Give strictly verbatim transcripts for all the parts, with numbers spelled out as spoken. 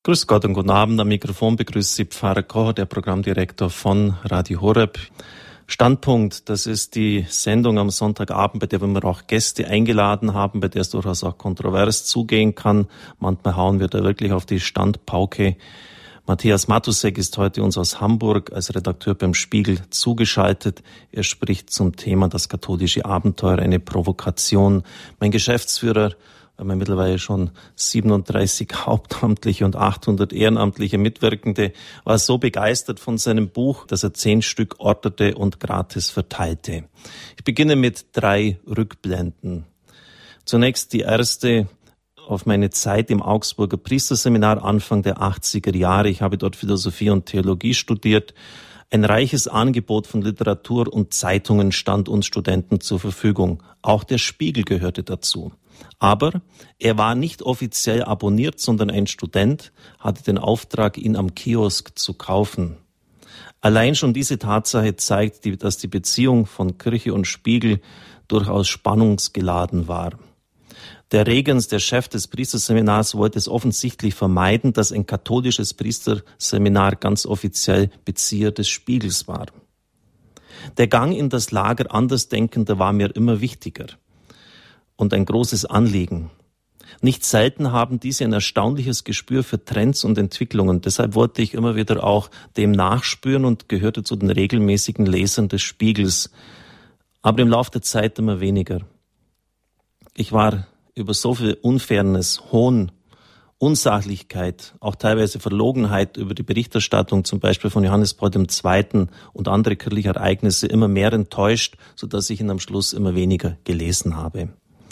Grüß Gott und guten Abend. Am Mikrofon begrüßt Sie Pfarrer Kocher, der Programmdirektor von Radio Horeb. Standpunkt, das ist die Sendung am Sonntagabend, bei der wir auch Gäste eingeladen haben, bei der es durchaus auch kontrovers zugehen kann. Manchmal hauen wir da wirklich auf die Standpauke. Matthias Matusek ist heute uns aus Hamburg als Redakteur beim Spiegel zugeschaltet. Er spricht zum Thema das katholische Abenteuer, eine Provokation. Mein Geschäftsführer, wir haben mittlerweile schon siebenunddreißig Hauptamtliche und achthundert ehrenamtliche Mitwirkende, war so begeistert von seinem Buch, dass er zehn Stück ortete und gratis verteilte. Ich beginne mit drei Rückblenden. Zunächst die erste auf meine Zeit im Augsburger Priesterseminar Anfang der achtziger Jahre. Ich habe dort Philosophie und Theologie studiert. Ein reiches Angebot von Literatur und Zeitungen stand uns Studenten zur Verfügung. Auch der Spiegel gehörte dazu. Aber er war nicht offiziell abonniert, sondern ein Student hatte den Auftrag, ihn am Kiosk zu kaufen. Allein schon diese Tatsache zeigt, dass die Beziehung von Kirche und Spiegel durchaus spannungsgeladen war. Der Regens, der Chef des Priesterseminars, wollte es offensichtlich vermeiden, dass ein katholisches Priesterseminar ganz offiziell Bezieher des Spiegels war. Der Gang in das Lager Andersdenkender war mir immer wichtiger und ein großes Anliegen. Nicht selten haben diese ein erstaunliches Gespür für Trends und Entwicklungen. Deshalb wollte ich immer wieder auch dem nachspüren und gehörte zu den regelmäßigen Lesern des Spiegels. Aber im Laufe der Zeit immer weniger. Ich war über so viel Unfairness, Hohn, Unsachlichkeit, auch teilweise Verlogenheit über die Berichterstattung, zum Beispiel von Johannes Paul der Zweite und andere kirchliche Ereignisse, immer mehr enttäuscht, sodass ich ihn am Schluss immer weniger gelesen habe.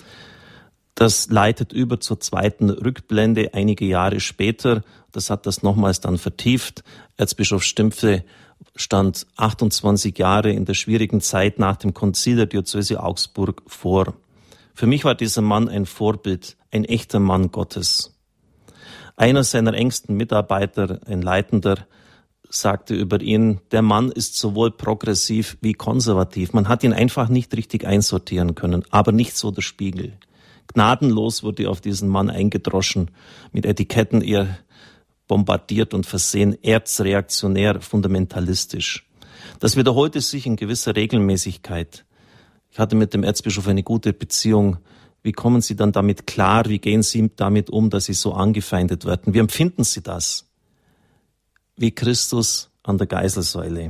Das leitet über zur zweiten Rückblende einige Jahre später. Das hat das nochmals dann vertieft. Erzbischof Stimpfe stand achtundzwanzig Jahre in der schwierigen Zeit nach dem Konzil der Diözese Augsburg vor. Für mich war dieser Mann ein Vorbild, ein echter Mann Gottes. Einer seiner engsten Mitarbeiter, ein Leitender, sagte über ihn, der Mann ist sowohl progressiv wie konservativ. Man hat ihn einfach nicht richtig einsortieren können, aber nicht so der Spiegel. Gnadenlos wurde auf diesen Mann eingedroschen, mit Etiketten eher bombardiert und versehen, erzreaktionär, fundamentalistisch. Das wiederholte sich in gewisser Regelmäßigkeit. Ich hatte mit dem Erzbischof eine gute Beziehung. Wie kommen Sie dann damit klar? Wie gehen Sie damit um, dass Sie so angefeindet werden? Wie empfinden Sie das? Wie Christus an der Geißelsäule.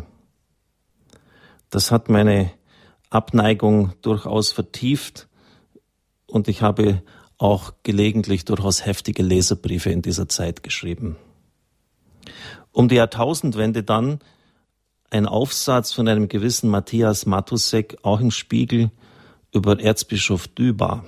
Das hat meine Abneigung durchaus vertieft. Und ich habe auch gelegentlich durchaus heftige Leserbriefe in dieser Zeit geschrieben. Um die Jahrtausendwende dann ein Aufsatz von einem gewissen Matthias Matusek, auch im Spiegel, über Erzbischof Düba.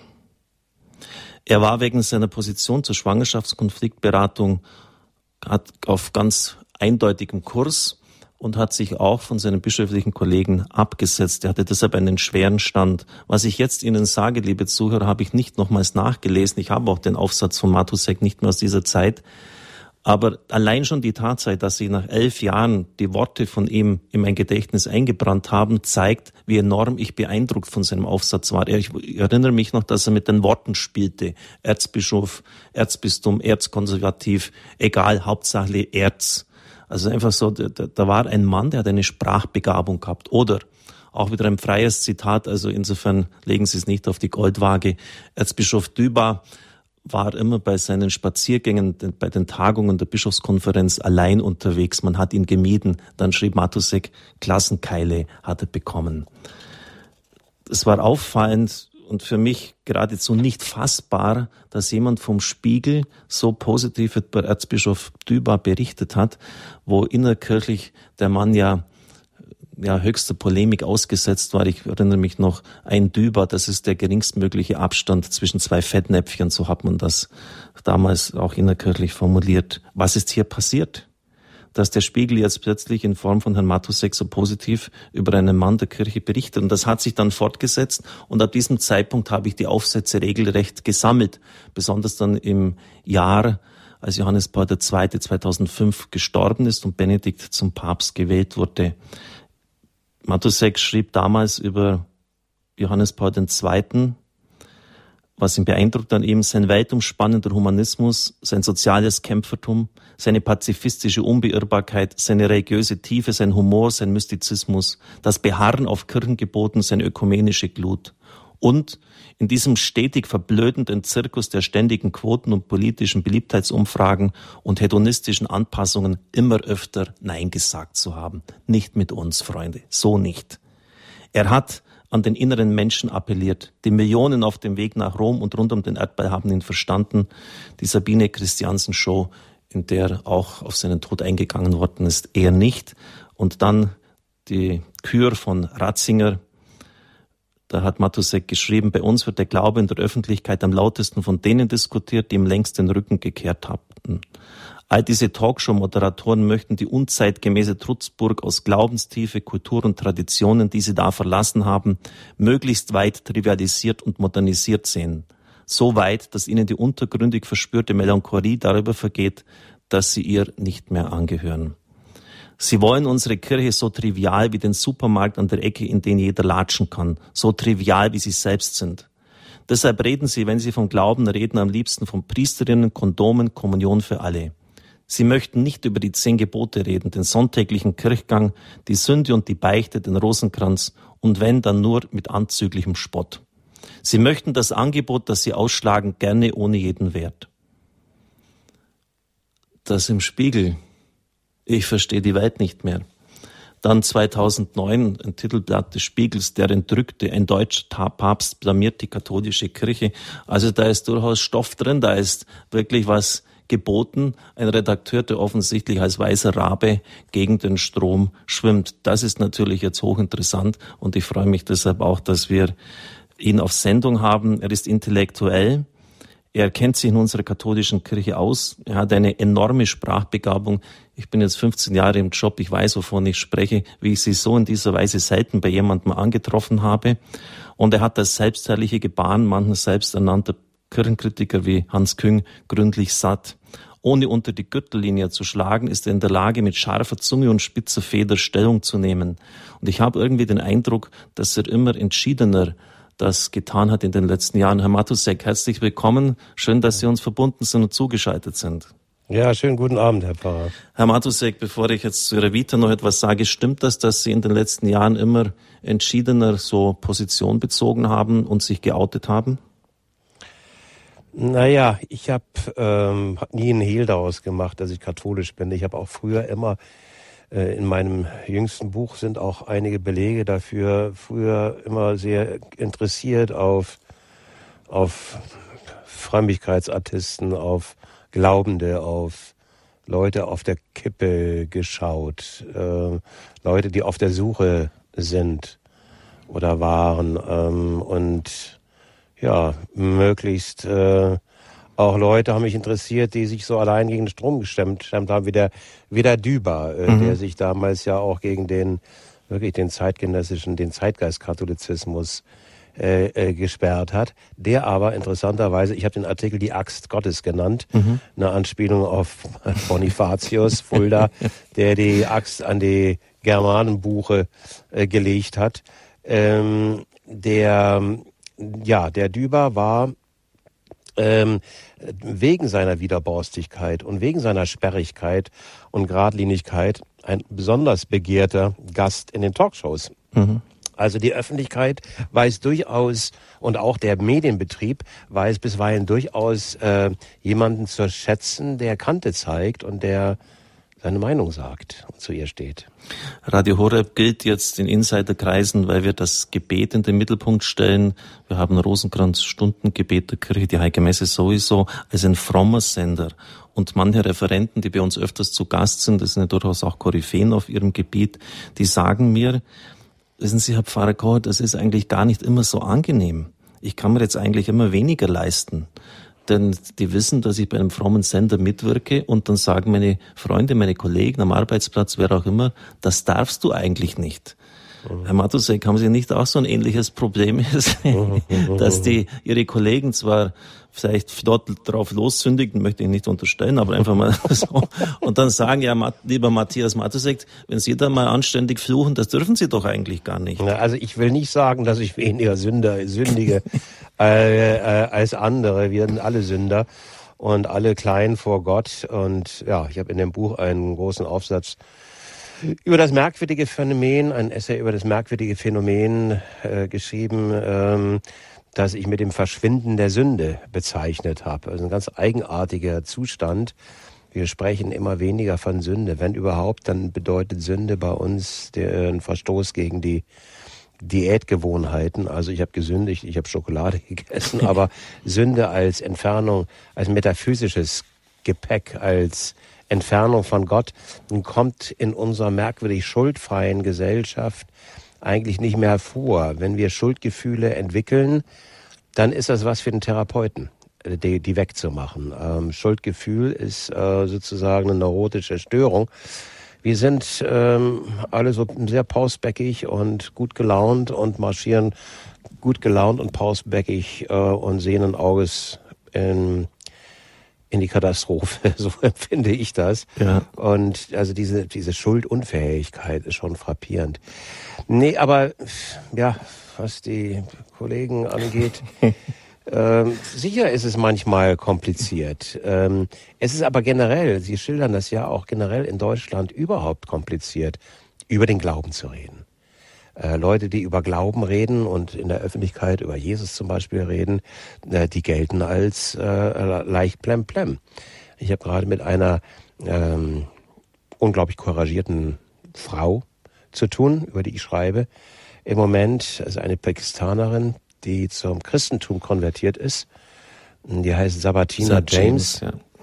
Er war wegen seiner Position zur Schwangerschaftskonfliktberatung auf ganz eindeutigem Kurs und hat sich auch von seinen bischöflichen Kollegen abgesetzt. Er hatte deshalb einen schweren Stand. Was ich jetzt Ihnen sage, liebe Zuhörer, habe ich nicht nochmals nachgelesen. Ich habe auch den Aufsatz von Matusek nicht mehr aus dieser Zeit. Aber allein schon die Tatsache, dass sich nach elf Jahren die Worte von ihm in mein Gedächtnis eingebrannt haben, zeigt, wie enorm ich beeindruckt von seinem Aufsatz war. Ich erinnere mich noch, dass er mit den Worten spielte. Erzbischof, Erzbistum, Erzkonservativ, egal, Hauptsache Erz. Also einfach so, da, da war ein Mann, der hat eine Sprachbegabung gehabt. Oder auch wieder ein freies Zitat, also insofern legen Sie es nicht auf die Goldwaage. Erzbischof Düba war immer bei seinen Spaziergängen, bei den Tagungen der Bischofskonferenz allein unterwegs. Man hat ihn gemieden. Dann schrieb Matusek, Klassenkeile hat er bekommen. Es war auffallend und für mich geradezu nicht fassbar, dass jemand vom Spiegel so positiv über Erzbischof Düba berichtet hat, wo innerkirchlich der Mann ja ja höchster Polemik ausgesetzt war. Ich erinnere mich noch, ein Düba, das ist der geringstmögliche Abstand zwischen zwei Fettnäpfchen, so hat man das damals auch innerkirchlich formuliert. Was ist hier passiert? Dass der Spiegel jetzt plötzlich in Form von Herrn Matusek so positiv über einen Mann der Kirche berichtet. Und das hat sich dann fortgesetzt und ab diesem Zeitpunkt habe ich die Aufsätze regelrecht gesammelt. Besonders dann im Jahr, als Johannes Paul der Zweite zweitausendfünf gestorben ist und Benedikt zum Papst gewählt wurde. Matusek schrieb damals über Johannes Paul der Zweite, Was ihn beeindruckt an ihm, sein weitumspannender Humanismus, sein soziales Kämpfertum, seine pazifistische Unbeirrbarkeit, seine religiöse Tiefe, sein Humor, sein Mystizismus, das Beharren auf Kirchengeboten, seine ökumenische Glut. Und in diesem stetig verblödenden Zirkus der ständigen Quoten und politischen Beliebtheitsumfragen und hedonistischen Anpassungen immer öfter Nein gesagt zu haben. Nicht mit uns, Freunde, so nicht. Er hat an den inneren Menschen appelliert. Die Millionen auf dem Weg nach Rom und rund um den Erdball haben ihn verstanden. Die Sabine Christiansen Show, in der auch auf seinen Tod eingegangen worden ist, eher nicht. Und dann die Kür von Ratzinger. Da hat Matusek geschrieben, bei uns wird der Glaube in der Öffentlichkeit am lautesten von denen diskutiert, die ihm längst den Rücken gekehrt hatten. All diese Talkshow-Moderatoren möchten die unzeitgemäße Trutzburg aus Glaubenstiefe, Kultur und Traditionen, die sie da verlassen haben, möglichst weit trivialisiert und modernisiert sehen. So weit, dass ihnen die untergründig verspürte Melancholie darüber vergeht, dass sie ihr nicht mehr angehören. Sie wollen unsere Kirche so trivial wie den Supermarkt an der Ecke, in den jeder latschen kann, so trivial wie sie selbst sind. Deshalb reden sie, wenn sie vom Glauben reden, am liebsten von Priesterinnen, Kondomen, Kommunion für alle. Sie möchten nicht über die zehn Gebote reden, den sonntäglichen Kirchgang, die Sünde und die Beichte, den Rosenkranz und wenn, dann nur mit anzüglichem Spott. Sie möchten das Angebot, das sie ausschlagen, gerne ohne jeden Wert. Das im Spiegel. Ich verstehe die Welt nicht mehr. Dann zweitausendneun ein Titelblatt des Spiegels, der entrückte, ein deutscher Papst blamiert die katholische Kirche. Also da ist durchaus Stoff drin, da ist wirklich was geboten. Ein Redakteur, der offensichtlich als weißer Rabe gegen den Strom schwimmt. Das ist natürlich jetzt hochinteressant und ich freue mich deshalb auch, dass wir ihn auf Sendung haben. Er ist intellektuell. Er kennt sich in unserer katholischen Kirche aus. Er hat eine enorme Sprachbegabung. Ich bin jetzt fünfzehn Jahre im Job. Ich weiß, wovon ich spreche, wie ich sie so in dieser Weise selten bei jemandem angetroffen habe. Und er hat das selbstherrliche Gebaren manchen selbsternannter Kirchenkritiker wie Hans Küng gründlich satt. Ohne unter die Gürtellinie zu schlagen, ist er in der Lage, mit scharfer Zunge und spitzer Feder Stellung zu nehmen. Und ich habe irgendwie den Eindruck, dass er immer entschiedener das getan hat in den letzten Jahren. Herr Matusek, herzlich willkommen. Schön, dass Sie uns verbunden sind und zugeschaltet sind. Ja, schönen guten Abend, Herr Pfarrer. Herr Matusek, bevor ich jetzt zu Ihrer Vita noch etwas sage, stimmt das, dass Sie in den letzten Jahren immer entschiedener so Position bezogen haben und sich geoutet haben? Naja, ich habe ähm, hab nie einen Hehl daraus gemacht, dass ich katholisch bin. Ich habe auch früher immer, äh, in meinem jüngsten Buch sind auch einige Belege dafür, früher immer sehr interessiert auf, auf Frömmigkeitsartisten, auf Glaubende, auf Leute auf der Kippe geschaut, äh, Leute, die auf der Suche sind oder waren ähm, und ja, möglichst äh, auch Leute haben mich interessiert, die sich so allein gegen den Strom gestemmt haben, wie der, wie der Düber, äh, mhm. der sich damals ja auch gegen den wirklich den zeitgenössischen, den Zeitgeistkatholizismus äh, äh, gesperrt hat. Der aber interessanterweise, ich habe den Artikel die Axt Gottes genannt, mhm. eine Anspielung auf Bonifatius Fulda, der die Axt an die Germanenbuche äh, gelegt hat. Ähm, der Ja, der Düber war ähm, wegen seiner Widerborstigkeit und wegen seiner Sperrigkeit und Geradlinigkeit ein besonders begehrter Gast in den Talkshows. Mhm. Also die Öffentlichkeit weiß durchaus und auch der Medienbetrieb weiß bisweilen durchaus äh, jemanden zu schätzen, der Kante zeigt und der seine Meinung sagt und zu ihr steht. Radio Horeb gilt jetzt in Insiderkreisen, weil wir das Gebet in den Mittelpunkt stellen. Wir haben Rosenkranz-Stundengebet der Kirche, die Heilige Messe sowieso, als ein frommer Sender. Und manche Referenten, die bei uns öfters zu Gast sind, das sind ja durchaus auch Koryphäen auf ihrem Gebiet, die sagen mir, wissen Sie, Herr Pfarrer Koch, das ist eigentlich gar nicht immer so angenehm. Ich kann mir jetzt eigentlich immer weniger leisten. Denn die wissen, dass ich bei einem frommen Sender mitwirke und dann sagen meine Freunde, meine Kollegen am Arbeitsplatz, wer auch immer, das darfst du eigentlich nicht. Mhm. Herr Matusek, haben Sie nicht auch so ein ähnliches Problem, dass die Ihre Kollegen zwar vielleicht dort drauf lossündigen, möchte ich nicht unterstellen, aber einfach mal so, und dann sagen, ja, lieber Matthias Matusek, wenn Sie da mal anständig fluchen, das dürfen Sie doch eigentlich gar nicht. Ja, also ich will nicht sagen, dass ich weniger Sünder, sündige äh, äh, als andere. Wir sind alle Sünder und alle klein vor Gott. Und ja, ich habe in dem Buch einen großen Aufsatz über das merkwürdige Phänomen, ein Essay über das merkwürdige Phänomen äh, geschrieben, ähm, das ich mit dem Verschwinden der Sünde bezeichnet habe. Also ein ganz eigenartiger Zustand. Wir sprechen immer weniger von Sünde. Wenn überhaupt, dann bedeutet Sünde bei uns den Verstoß gegen die Diätgewohnheiten. Also ich habe gesündigt, ich habe Schokolade gegessen, aber Sünde als Entfernung, als metaphysisches Gepäck, als Entfernung von Gott, kommt in unserer merkwürdig schuldfreien Gesellschaft eigentlich nicht mehr vor. Wenn wir Schuldgefühle entwickeln, dann ist das was für den Therapeuten, die, die wegzumachen. Ähm, Schuldgefühl ist äh, sozusagen eine neurotische Störung. Wir sind ähm, alle so sehr pausbäckig und gut gelaunt und marschieren gut gelaunt und pausbäckig äh, und sehenden Auges in in die Katastrophe, so empfinde ich das. Ja. Und also diese diese Schuldunfähigkeit ist schon frappierend. Nee, aber ja, was die Kollegen angeht, ähm, sicher ist es manchmal kompliziert. Ähm, es ist aber generell, Sie schildern das ja auch generell in Deutschland überhaupt kompliziert, über den Glauben zu reden. Äh, Leute, die über Glauben reden und in der Öffentlichkeit über Jesus zum Beispiel reden, äh, die gelten als äh, leicht plemplem. Ich habe gerade mit einer ähm, unglaublich couragierten Frau zu tun, über die ich schreibe. Im Moment, also eine Pakistanerin, die zum Christentum konvertiert ist. Die heißt Sabatina James. James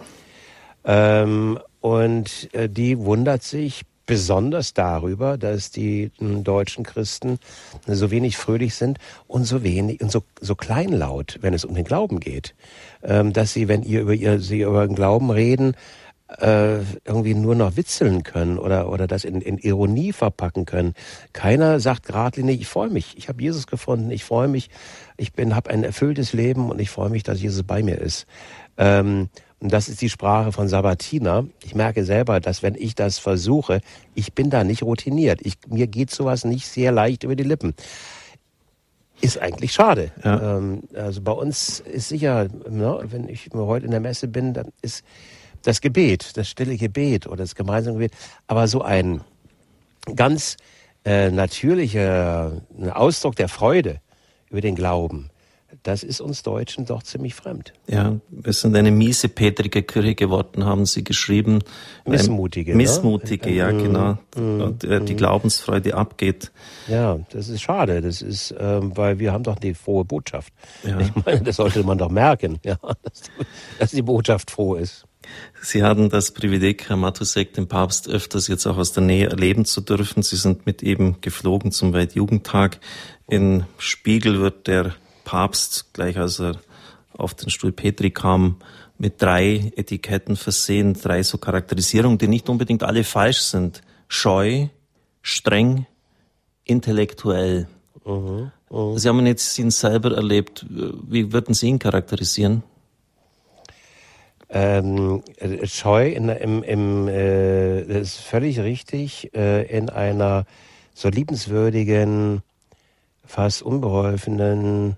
ja. ähm, und äh, die wundert sich besonders darüber, dass die m, deutschen Christen so wenig fröhlich sind und so wenig und so, so kleinlaut, wenn es um den Glauben geht. Ähm, dass sie, wenn ihr über ihr, sie über den Glauben reden, äh, irgendwie nur noch witzeln können oder oder das in, in Ironie verpacken können. Keiner sagt geradlinig, ich freue mich, ich habe Jesus gefunden, ich freue mich, ich bin habe ein erfülltes Leben und ich freue mich, dass Jesus bei mir ist. Ähm, und das ist die Sprache von Sabatina. Ich merke selber, dass wenn ich das versuche, ich bin da nicht routiniert. Ich, mir geht sowas nicht sehr leicht über die Lippen. Ist eigentlich schade. Ja. Ähm, also bei uns ist sicher, ne, wenn ich heute in der Messe bin, dann ist das Gebet, das stille Gebet oder das gemeinsame Gebet, aber so ein ganz äh, natürlicher Ausdruck der Freude über den Glauben, das ist uns Deutschen doch ziemlich fremd. Ja, wir sind eine miesepetrige Kirche geworden, haben Sie geschrieben. Missmutige. Ähm, Missmutige, ne? Ja, genau. Mm, Und äh, die mm. Glaubensfreude abgeht. Ja, das ist schade. Das ist, ähm, weil wir haben doch die frohe Botschaft. Ja. Ich meine, das sollte man doch merken, ja, dass, dass die Botschaft froh ist. Sie hatten das Privileg, Herr Matusek, den Papst öfters jetzt auch aus der Nähe erleben zu dürfen. Sie sind mit ihm geflogen zum Weltjugendtag. In Spiegel wird der Papst, gleich als er auf den Stuhl Petri kam, mit drei Etiketten versehen, drei so Charakterisierungen, die nicht unbedingt alle falsch sind. Scheu, streng, intellektuell. Uh-huh, uh-huh. Sie haben jetzt ihn selber erlebt. Wie würden Sie ihn charakterisieren? Ähm, scheu in, im, im äh, das ist völlig richtig, äh, in einer so liebenswürdigen, fast unbeholfenen,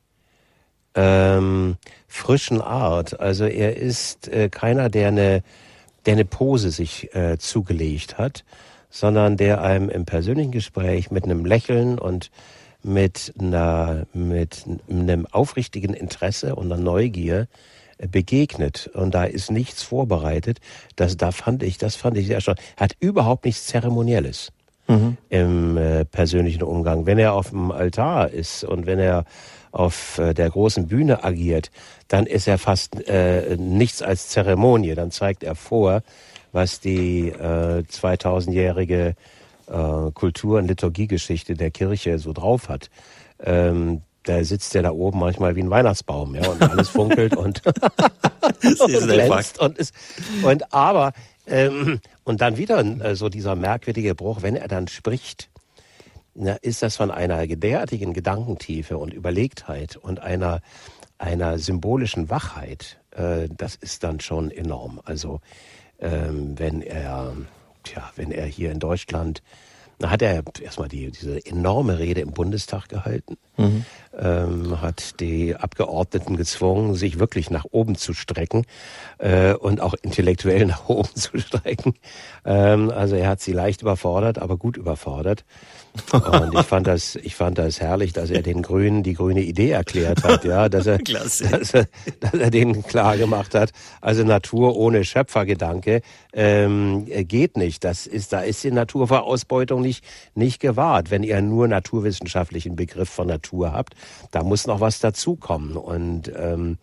ähm, frischen Art. Also er ist äh, keiner, der eine, der eine Pose sich äh, zugelegt hat, sondern der einem im persönlichen Gespräch mit einem Lächeln und mit einer, mit einem aufrichtigen Interesse und einer Neugier begegnet. Und da ist nichts vorbereitet. Das, da fand ich, das fand ich sehr erstaunlich. Hat überhaupt nichts Zeremonielles mhm. im äh, persönlichen Umgang. Wenn er auf dem Altar ist und wenn er auf äh, der großen Bühne agiert, dann ist er fast äh, nichts als Zeremonie. Dann zeigt er vor, was die äh, zweitausendjährige äh, Kultur- und Liturgiegeschichte der Kirche so drauf hat. Ähm, Da sitzt der da oben manchmal wie ein Weihnachtsbaum, ja, und alles funkelt und, und glänzt und ist, und aber, ähm, und dann wieder äh, so dieser merkwürdige Bruch, wenn er dann spricht, na, ist das von einer derartigen Gedankentiefe und Überlegtheit und einer, einer symbolischen Wachheit, äh, das ist dann schon enorm. Also ähm, wenn er, tja, wenn er hier in Deutschland, da hat er erstmal die, diese enorme Rede im Bundestag gehalten, mhm. ähm, hat die Abgeordneten gezwungen, sich wirklich nach oben zu strecken äh, und auch intellektuell nach oben zu strecken. Ähm, also er hat sie leicht überfordert, aber gut überfordert. Und ich fand das, ich fand das herrlich, dass er den Grünen die grüne Idee erklärt hat, ja, dass er, dass er, dass er denen klar gemacht hat, also Natur ohne Schöpfergedanke ähm, geht nicht. Das ist, da ist die Natur vor Ausbeutung nicht nicht gewahrt. Wenn ihr nur naturwissenschaftlichen Begriff von Natur habt, da muss noch was dazukommen. Und ähm,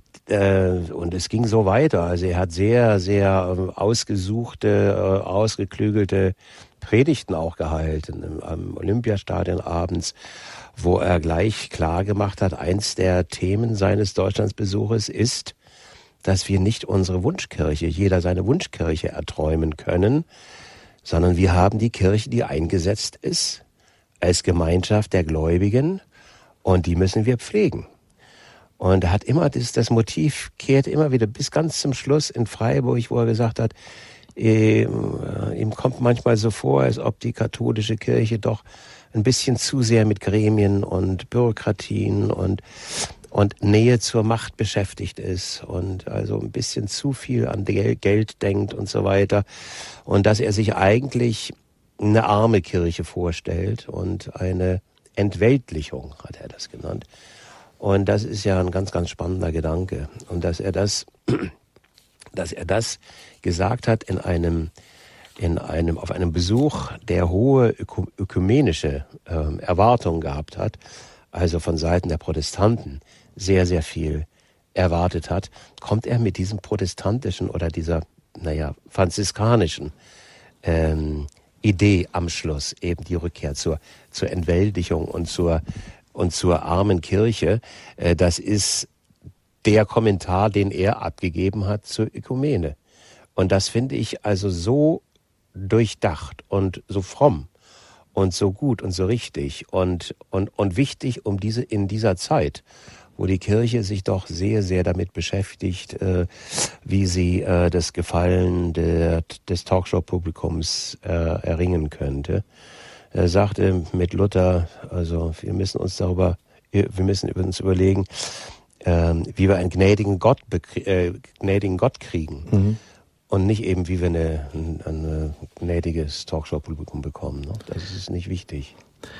äh, und es ging so weiter. Also er hat sehr, sehr äh, ausgesuchte, äh, ausgeklügelte Predigten auch gehalten am Olympiastadion abends, wo er gleich klar gemacht hat, eins der Themen seines Deutschlandsbesuches ist, dass wir nicht unsere Wunschkirche, jeder seine Wunschkirche erträumen können, sondern wir haben die Kirche, die eingesetzt ist, als Gemeinschaft der Gläubigen, und die müssen wir pflegen. Und er hat immer das, das Motiv kehrt immer wieder bis ganz zum Schluss in Freiburg, wo er gesagt hat, ihm, ihm kommt manchmal so vor, als ob die katholische Kirche doch ein bisschen zu sehr mit Gremien und Bürokratien und und Nähe zur Macht beschäftigt ist und also ein bisschen zu viel an Geld denkt und so weiter. Und dass er sich eigentlich eine arme Kirche vorstellt und eine Entweltlichung, hat er das genannt. Und das ist ja ein ganz, ganz spannender Gedanke. Und dass er das, dass er das gesagt hat in einem, in einem, auf einem Besuch, der hohe ökum- ökumenische äh, Erwartungen gehabt hat, also von Seiten der Protestanten sehr, sehr viel erwartet hat, kommt er mit diesem protestantischen oder dieser, naja, franziskanischen ähm, Idee am Schluss, eben die Rückkehr zur, zur Entweltlichung und zur, und zur armen Kirche. Äh, das ist der Kommentar, den er abgegeben hat zur Ökumene. Und das finde ich also so durchdacht und so fromm und so gut und so richtig und, und, und wichtig, um diese, in dieser Zeit, wo die Kirche sich doch sehr, sehr damit beschäftigt, äh, wie sie äh, das Gefallen der, des Talkshow-Publikums äh, erringen könnte. Er sagte mit Luther, also wir müssen uns darüber, wir müssen uns überlegen, äh, wie wir einen gnädigen Gott, äh, gnädigen Gott kriegen. Mhm. Und nicht eben, wie wir eine, ein, ein gnädiges Talkshow-Publikum bekommen. Ne? Das ist nicht wichtig.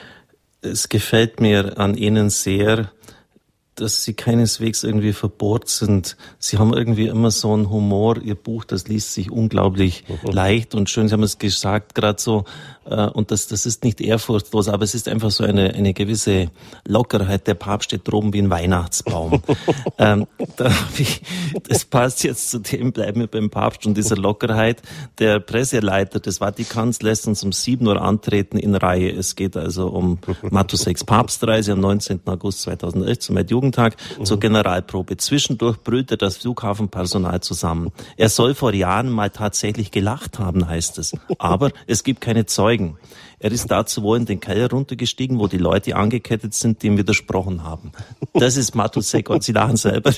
Es gefällt mir an Ihnen sehr, dass Sie keineswegs irgendwie verbohrt sind. Sie haben irgendwie immer so einen Humor. Ihr Buch, das liest sich unglaublich mhm. leicht und schön. Sie haben es gesagt, gerade so, äh, und das, das ist nicht ehrfurchtlos, aber es ist einfach so eine, eine gewisse Lockerheit. Der Papst steht droben wie ein Weihnachtsbaum. ähm, da hab ich, das passt jetzt zu dem, bleiben wir beim Papst und dieser Lockerheit. Der Presseleiter des Vatikans lässt uns um sieben Uhr antreten in Reihe. Es geht also um Matthäus Papstreise am neunzehnten August zweitausendelf zum Jugendtag zur Generalprobe. Zwischendurch brüllte das Flughafenpersonal zusammen. Er soll vor Jahren mal tatsächlich gelacht haben, heißt es. Aber es gibt keine Zeugen. Er ist dazu wohl in den Keller runtergestiegen, wo die Leute angekettet sind, die ihm widersprochen haben. Das ist Matthäus und Sie lachen selber.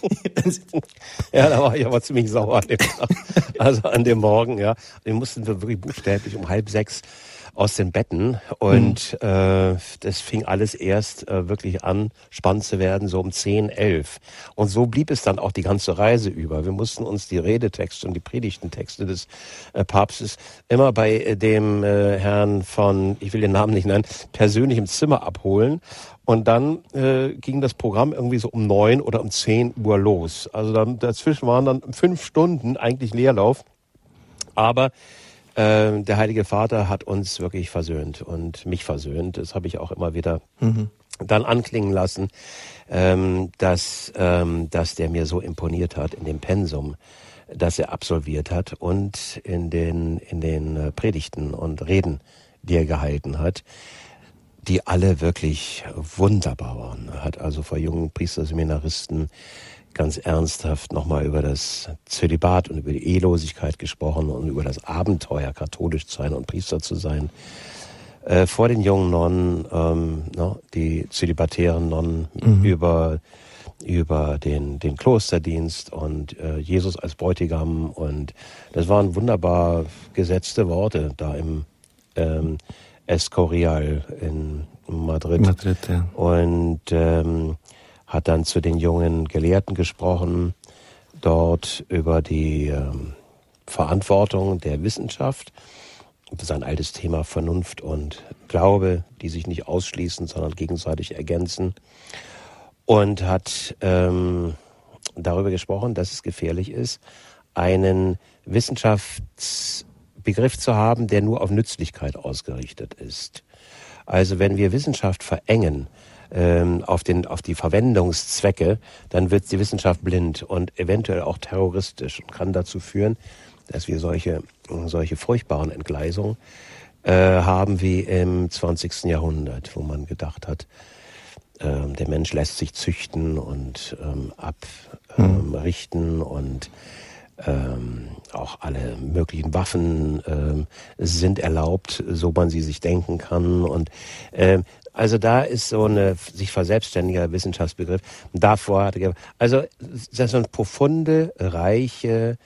Ja, da war ich aber ziemlich sauer an dem Tag. Also an dem Morgen, ja. Wir mussten wirklich buchstäblich um halb sechs aus den Betten und mhm. äh, das fing alles erst äh, wirklich an, spannend zu werden, so um zehn, elf. Und so blieb es dann auch die ganze Reise über. Wir mussten uns die Redetexte und die Predigtentexte des äh, Papstes immer bei äh, dem äh, Herrn von, ich will den Namen nicht nennen, persönlich im Zimmer abholen. Und dann äh, ging das Programm irgendwie so um neun oder um zehn Uhr los. Also dann, dazwischen waren dann fünf Stunden eigentlich Leerlauf. Aber der Heilige Vater hat uns wirklich versöhnt und mich versöhnt. Das habe ich auch immer wieder mhm. dann anklingen lassen, ähm, dass, ähm, dass der mir so imponiert hat in dem Pensum, das er absolviert hat und in den, in den Predigten und Reden, die er gehalten hat, die alle wirklich wunderbar waren. Er hat also vor jungen Priesterseminaristen ganz ernsthaft nochmal über das Zölibat und über die Ehelosigkeit gesprochen und über das Abenteuer, katholisch zu sein und Priester zu sein. äh, vor den jungen Nonnen, ähm, no, die zölibatären Nonnen mhm. über über den den Klosterdienst und äh, Jesus als Bräutigam, und das waren wunderbar gesetzte Worte da im ähm, Escorial in Madrid. Madrid, ja. Und ähm, hat dann zu den jungen Gelehrten gesprochen, dort über die ähm, Verantwortung der Wissenschaft. Das ist ein altes Thema, Vernunft und Glaube, die sich nicht ausschließen, sondern gegenseitig ergänzen. Und hat ähm, darüber gesprochen, dass es gefährlich ist, einen Wissenschaftsbegriff zu haben, der nur auf Nützlichkeit ausgerichtet ist. Also wenn wir Wissenschaft verengen ähm, auf, den, auf die Verwendungszwecke, dann wird die Wissenschaft blind und eventuell auch terroristisch und kann dazu führen, dass wir solche, solche furchtbaren Entgleisungen äh, haben wie im zwanzigsten Jahrhundert, wo man gedacht hat, ähm, der Mensch lässt sich züchten und ähm, abrichten ähm, und ähm, auch alle möglichen Waffen ähm, sind erlaubt, so man sie sich denken kann. Und ähm, also da ist so eine sich verselbstständiger Wissenschaftsbegriff. Davor hatte er, also das sind profunde, reiche,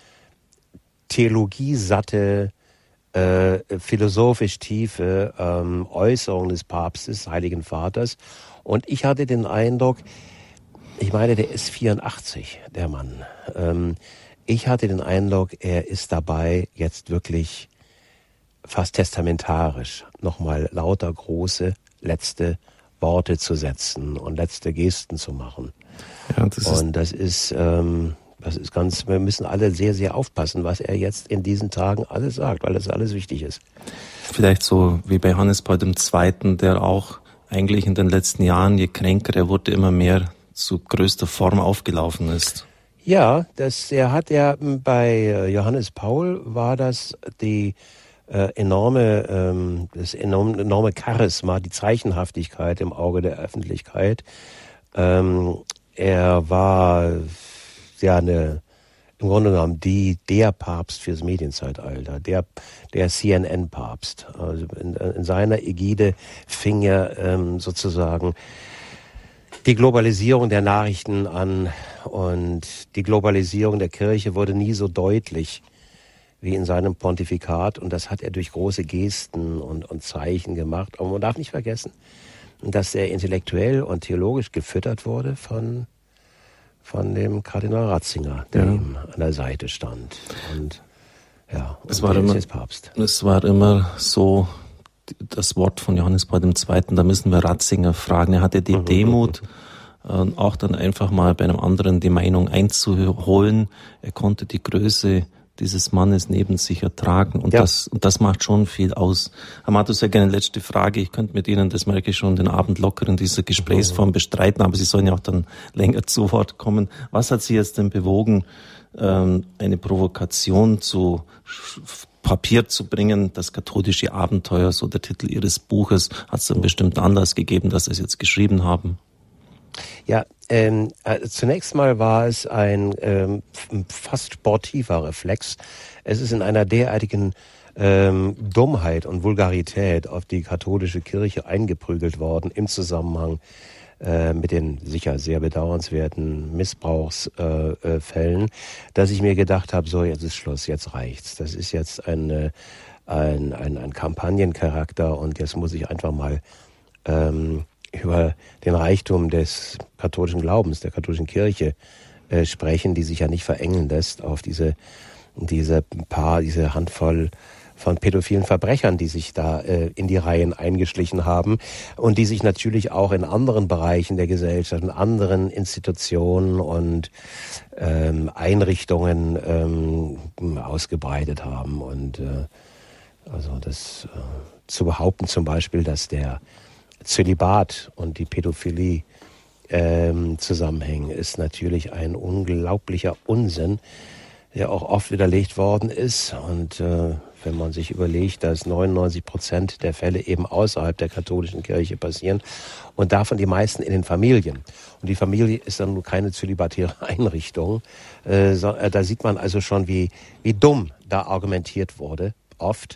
theologiesatte, äh, philosophisch tiefe ähm, Äußerungen des Papstes, Heiligen Vaters. Und ich hatte den Eindruck, ich meine, der ist vierundachtzig, der Mann. Ähm, ich hatte den Eindruck, er ist dabei, jetzt wirklich fast testamentarisch nochmal lauter große letzte Worte zu setzen und letzte Gesten zu machen. Ja, das und ist das ist, ähm, das ist ganz, wir müssen alle sehr, sehr aufpassen, was er jetzt in diesen Tagen alles sagt, weil das alles wichtig ist. Vielleicht so wie bei Johannes Paul der Zweite., der auch eigentlich in den letzten Jahren, je kränker er wurde, immer mehr zu größter Form aufgelaufen ist. Ja, das, er hat ja bei Johannes Paul war das die äh, enorme, ähm, das enorme, enorme Charisma, die Zeichenhaftigkeit im Auge der Öffentlichkeit. Ähm, er war ja eine, im Grunde genommen die, der Papst fürs Medienzeitalter, der, der C N N-Papst. Also in, in seiner Ägide fing er ähm, sozusagen die Globalisierung der Nachrichten an, und die Globalisierung der Kirche wurde nie so deutlich wie in seinem Pontifikat, und das hat er durch große Gesten und, und Zeichen gemacht. Aber man darf nicht vergessen, dass er intellektuell und theologisch gefüttert wurde von, von dem Kardinal Ratzinger, der ja. ihm an der Seite stand. Und ja, und es war immer, ist Papst. Es war immer so, das Wort von Johannes Paul der Zweite., da müssen wir Ratzinger fragen. Er hatte die mhm. Demut, äh, auch dann einfach mal bei einem anderen die Meinung einzuholen. Er konnte die Größe dieses Mannes neben sich ertragen, und ja. das und das macht schon viel aus. Herr Matus, sehr gerne letzte Frage. Ich könnte mit Ihnen, das merke ich schon, den Abend locker in dieser Gesprächsform mhm. bestreiten, aber Sie sollen ja auch dann länger zu Wort kommen. Was hat Sie jetzt denn bewogen, ähm, eine Provokation zu Papier zu bringen, das katholische Abenteuer, so der Titel Ihres Buches? Hat es einen bestimmten Anlass gegeben, dass Sie es jetzt geschrieben haben? Ja, ähm, äh, zunächst mal war es ein ähm, fast sportiver Reflex. Es ist in einer derartigen ähm, Dummheit und Vulgarität auf die katholische Kirche eingeprügelt worden im Zusammenhang äh, mit den sicher sehr bedauernswerten Missbrauchsfällen, äh, dass ich mir gedacht habe, so jetzt ist Schluss, jetzt reicht's. Das ist jetzt ein, ein, ein, ein Kampagnencharakter, und jetzt muss ich einfach mal ähm, über den Reichtum des katholischen Glaubens, der katholischen Kirche äh, sprechen, die sich ja nicht verengen lässt auf diese diese paar, diese Handvoll von pädophilen Verbrechern, die sich da äh, in die Reihen eingeschlichen haben und die sich natürlich auch in anderen Bereichen der Gesellschaft, in anderen Institutionen und ähm, Einrichtungen ähm, ausgebreitet haben. Und äh, also das äh, zu behaupten zum Beispiel, dass der Zölibat und die Pädophilie ähm, zusammenhängen, ist natürlich ein unglaublicher Unsinn, der auch oft widerlegt worden ist. Und äh, wenn man sich überlegt, dass neunundneunzig Prozent der Fälle eben außerhalb der katholischen Kirche passieren und davon die meisten in den Familien. Und die Familie ist dann nur keine zölibatäre Einrichtung. Äh, so, äh, da sieht man also schon, wie, wie dumm da argumentiert wurde, oft.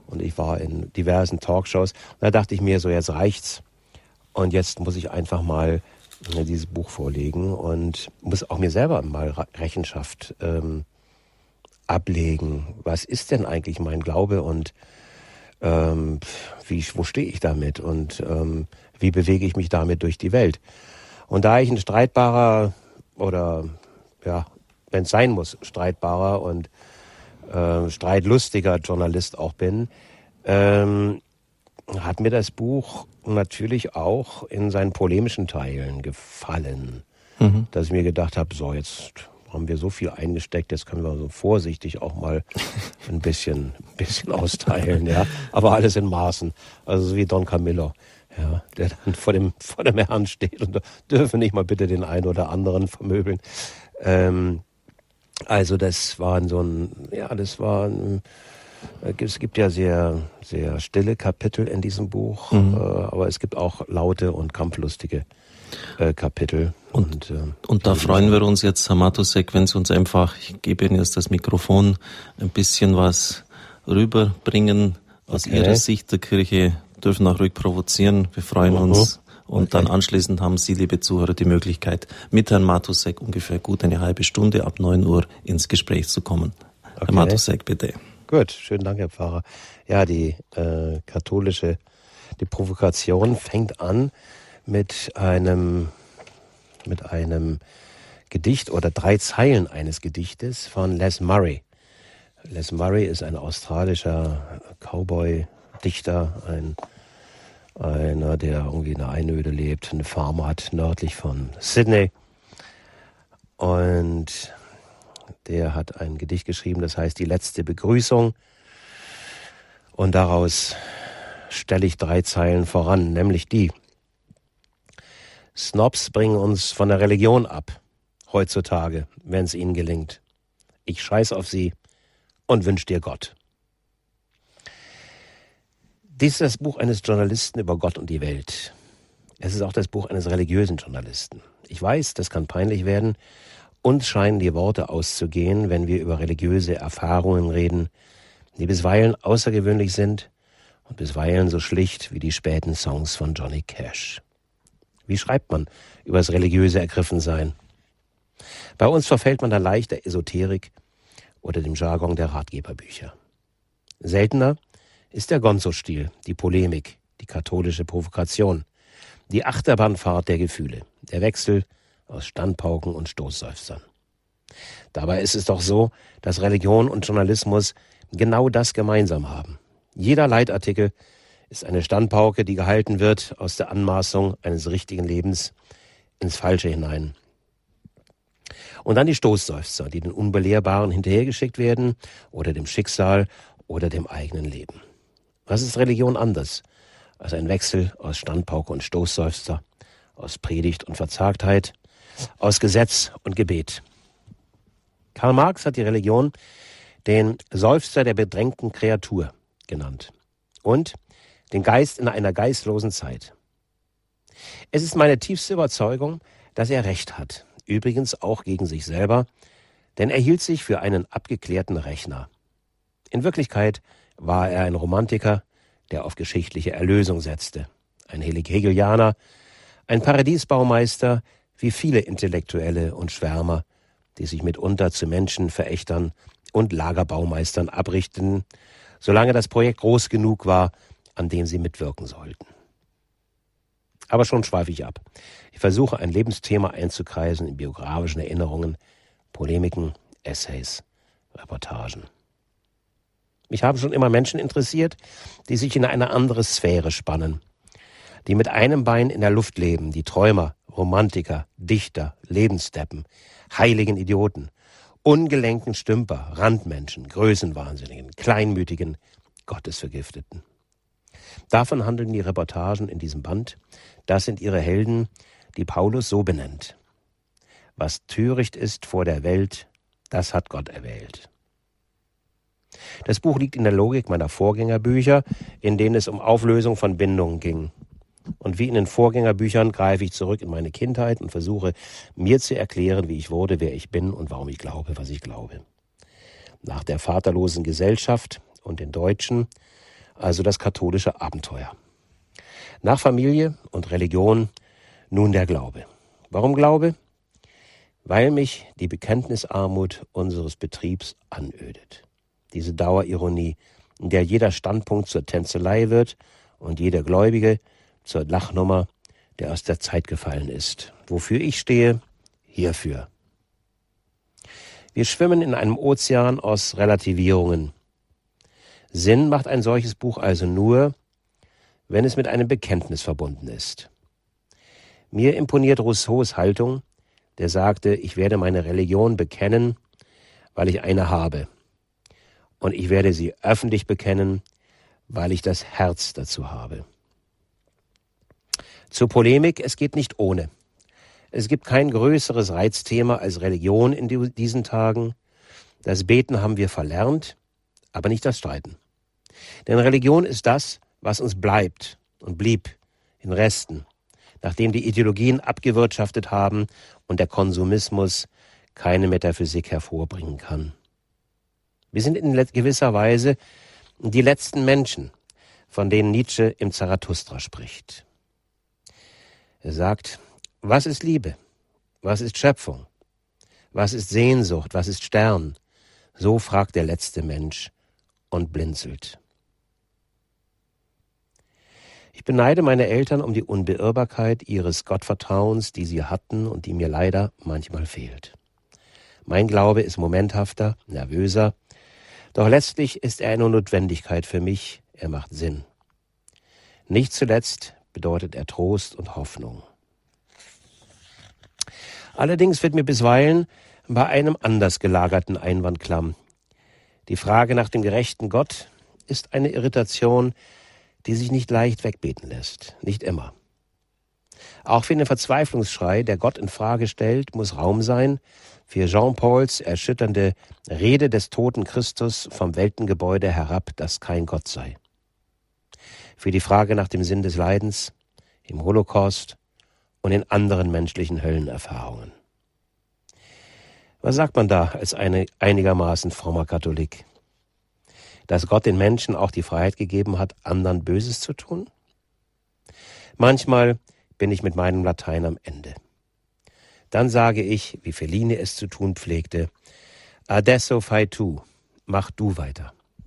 und ich war in diversen Talkshows. Und da dachte ich mir, so jetzt reicht's. Und jetzt muss ich einfach mal äh, dieses Buch vorlegen und muss auch mir selber mal Rechenschaft ähm, ablegen. Was ist denn eigentlich mein Glaube und ähm, wie, wo stehe ich damit und ähm, wie bewege ich mich damit durch die Welt? Und da ich ein streitbarer oder, ja, wenn es sein muss, streitbarer und äh, streitlustiger Journalist auch bin, ähm, hat mir das Buch natürlich auch in seinen polemischen Teilen gefallen. Mhm. Dass ich mir gedacht habe, so jetzt haben wir so viel eingesteckt, jetzt können wir so vorsichtig auch mal ein bisschen, bisschen austeilen, ja. Aber alles in Maßen. Also so wie Don Camillo, ja, der dann vor dem, vor dem Herrn steht und dürfen nicht mal bitte den einen oder anderen vermöbeln. Ähm, also das war so ein, ja, das war ein, es gibt ja sehr, sehr stille Kapitel in diesem Buch, mhm. äh, aber es gibt auch laute und kampflustige äh, Kapitel. Und, und, äh, und da freuen wir uns jetzt, Herr Matusek, wenn Sie uns einfach, ich gebe Ihnen jetzt das Mikrofon, ein bisschen was rüberbringen aus okay. Ihrer Sicht der Kirche, dürfen auch ruhig provozieren. Wir freuen uh-huh. uns. Und okay. dann anschließend haben Sie, liebe Zuhörer, die Möglichkeit, mit Herrn Matusek ungefähr gut eine halbe Stunde ab neun Uhr ins Gespräch zu kommen. Okay. Herr Matusek, bitte. Gut, schönen Dank, Herr Pfarrer. Ja, die äh, katholische, die Provokation fängt an mit einem, mit einem Gedicht oder drei Zeilen eines Gedichtes von Les Murray. Les Murray ist ein australischer Cowboy-Dichter, ein, einer, der irgendwie in der Einöde lebt, eine Farm hat nördlich von Sydney. Und der hat ein Gedicht geschrieben, das heißt Die letzte Begrüßung. Und daraus stelle ich drei Zeilen voran, nämlich die: Snobs bringen uns von der Religion ab, heutzutage, wenn es ihnen gelingt. Ich scheiß auf sie und wünsch dir Gott. Dies ist das Buch eines Journalisten über Gott und die Welt. Es ist auch das Buch eines religiösen Journalisten. Ich weiß, das kann peinlich werden. Uns scheinen die Worte auszugehen, wenn wir über religiöse Erfahrungen reden, die bisweilen außergewöhnlich sind und bisweilen so schlicht wie die späten Songs von Johnny Cash. Wie schreibt man über das religiöse Ergriffensein? Bei uns verfällt man da leicht der Esoterik oder dem Jargon der Ratgeberbücher. Seltener ist der Gonzo-Stil, die Polemik, die katholische Provokation, die Achterbahnfahrt der Gefühle, der Wechsel aus Standpauken und Stoßseufzern. Dabei ist es doch so, dass Religion und Journalismus genau das gemeinsam haben. Jeder Leitartikel ist eine Standpauke, die gehalten wird aus der Anmaßung eines richtigen Lebens ins Falsche hinein. Und dann die Stoßseufzer, die den Unbelehrbaren hinterhergeschickt werden oder dem Schicksal oder dem eigenen Leben. Was ist Religion anders als ein Wechsel aus Standpauke und Stoßseufzer, aus Predigt und Verzagtheit, aus Gesetz und Gebet? Karl Marx hat die Religion den Seufzer der bedrängten Kreatur genannt und den Geist in einer geistlosen Zeit. Es ist meine tiefste Überzeugung, dass er recht hat, übrigens auch gegen sich selber, denn er hielt sich für einen abgeklärten Rechner. In Wirklichkeit war er ein Romantiker, der auf geschichtliche Erlösung setzte, ein Hegelianer, ein Paradiesbaumeister, wie viele Intellektuelle und Schwärmer, die sich mitunter zu Menschenverächtern und Lagerbaumeistern abrichteten, solange das Projekt groß genug war, an dem sie mitwirken sollten. Aber schon schweife ich ab. Ich versuche, ein Lebensthema einzukreisen in biografischen Erinnerungen, Polemiken, Essays, Reportagen. Mich haben schon immer Menschen interessiert, die sich in eine andere Sphäre spannen, die mit einem Bein in der Luft leben, die Träumer, Romantiker, Dichter, Lebensdeppen, heiligen Idioten, ungelenken Stümper, Randmenschen, Größenwahnsinnigen, Kleinmütigen, Gottesvergifteten. Davon handeln die Reportagen in diesem Band. Das sind ihre Helden, die Paulus so benennt: Was töricht ist vor der Welt, das hat Gott erwählt. Das Buch liegt in der Logik meiner Vorgängerbücher, in denen es um Auflösung von Bindungen ging. Und wie in den Vorgängerbüchern greife ich zurück in meine Kindheit und versuche, mir zu erklären, wie ich wurde, wer ich bin und warum ich glaube, was ich glaube. Nach der vaterlosen Gesellschaft und den Deutschen also das katholische Abenteuer. Nach Familie und Religion nun der Glaube. Warum Glaube? Weil mich die Bekenntnisarmut unseres Betriebs anödet. Diese Dauerironie, in der jeder Standpunkt zur Tänzelei wird und jeder Gläubige zur Lachnummer, der aus der Zeit gefallen ist. Wofür ich stehe, hierfür. Wir schwimmen in einem Ozean aus Relativierungen. Sinn macht ein solches Buch also nur, wenn es mit einem Bekenntnis verbunden ist. Mir imponiert Rousseaus Haltung, der sagte, ich werde meine Religion bekennen, weil ich eine habe. Und ich werde sie öffentlich bekennen, weil ich das Herz dazu habe. Zur Polemik, es geht nicht ohne. Es gibt kein größeres Reizthema als Religion in diesen Tagen. Das Beten haben wir verlernt, aber nicht das Streiten. Denn Religion ist das, was uns bleibt und blieb in Resten, nachdem die Ideologien abgewirtschaftet haben und der Konsumismus keine Metaphysik hervorbringen kann. Wir sind in gewisser Weise die letzten Menschen, von denen Nietzsche im Zarathustra spricht. Er sagt, was ist Liebe? Was ist Schöpfung? Was ist Sehnsucht? Was ist Stern? So fragt der letzte Mensch und blinzelt. Ich beneide meine Eltern um die Unbeirrbarkeit ihres Gottvertrauens, die sie hatten und die mir leider manchmal fehlt. Mein Glaube ist momenthafter, nervöser, doch letztlich ist er eine Notwendigkeit für mich, er macht Sinn. Nicht zuletzt bedeutet er Trost und Hoffnung. Allerdings wird mir bisweilen bei einem anders gelagerten Einwand klamm. Die Frage nach dem gerechten Gott ist eine Irritation, die sich nicht leicht wegbeten lässt, nicht immer. Auch für den Verzweiflungsschrei, der Gott in Frage stellt, muss Raum sein für Jean-Pauls erschütternde Rede des toten Christus vom Weltengebäude herab, das kein Gott sei. Für die Frage nach dem Sinn des Leidens, im Holocaust und in anderen menschlichen Höllenerfahrungen. Was sagt man da als eine einigermaßen frommer Katholik? Dass Gott den Menschen auch die Freiheit gegeben hat, anderen Böses zu tun? Manchmal bin ich mit meinem Latein am Ende. Dann sage ich, wie Fellini es zu tun pflegte, adesso fai tu, mach du weiter.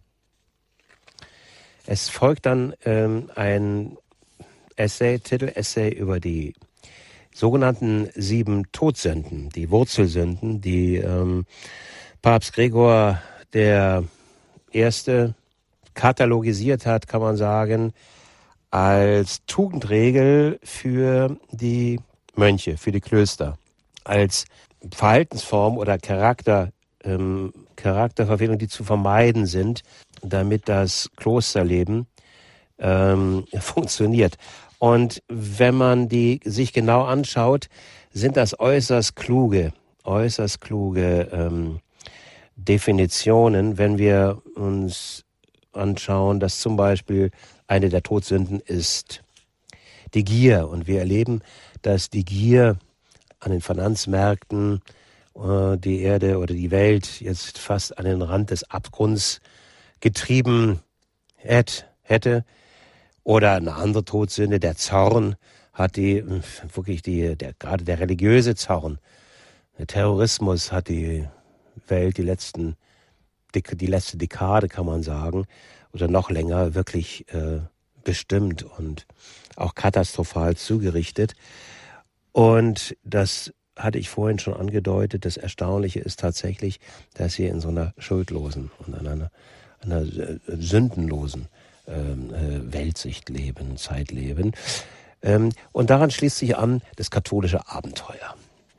Es folgt dann ähm, ein Essay, Titel-Essay über die sogenannten sieben Todsünden, die Wurzelsünden, die ähm, Papst Gregor der Erste katalogisiert hat, kann man sagen, als Tugendregel für die Mönche, für die Klöster, als Verhaltensform oder Charakter, ähm, Charakterverfehlungen, die zu vermeiden sind, damit das Klosterleben ähm, funktioniert. Und wenn man die sich genau anschaut, sind das äußerst kluge, äußerst kluge ähm, Definitionen, wenn wir uns anschauen, dass zum Beispiel eine der Todsünden ist die Gier. Und wir erleben, dass die Gier an den Finanzmärkten äh, die Erde oder die Welt jetzt fast an den Rand des Abgrunds getrieben hätt, hätte. Oder eine andere Todsünde, der Zorn, hat die wirklich die, der, gerade der religiöse Zorn, der Terrorismus hat die Welt, die letzten, die, die letzte Dekade, kann man sagen, oder noch länger wirklich äh, bestimmt und auch katastrophal zugerichtet. Und das hatte ich vorhin schon angedeutet. Das Erstaunliche ist tatsächlich, dass wir in so einer schuldlosen und einer, einer sündenlosen ähm, äh, Weltsicht leben, Zeit leben. Ähm, und daran schließt sich an das katholische Abenteuer.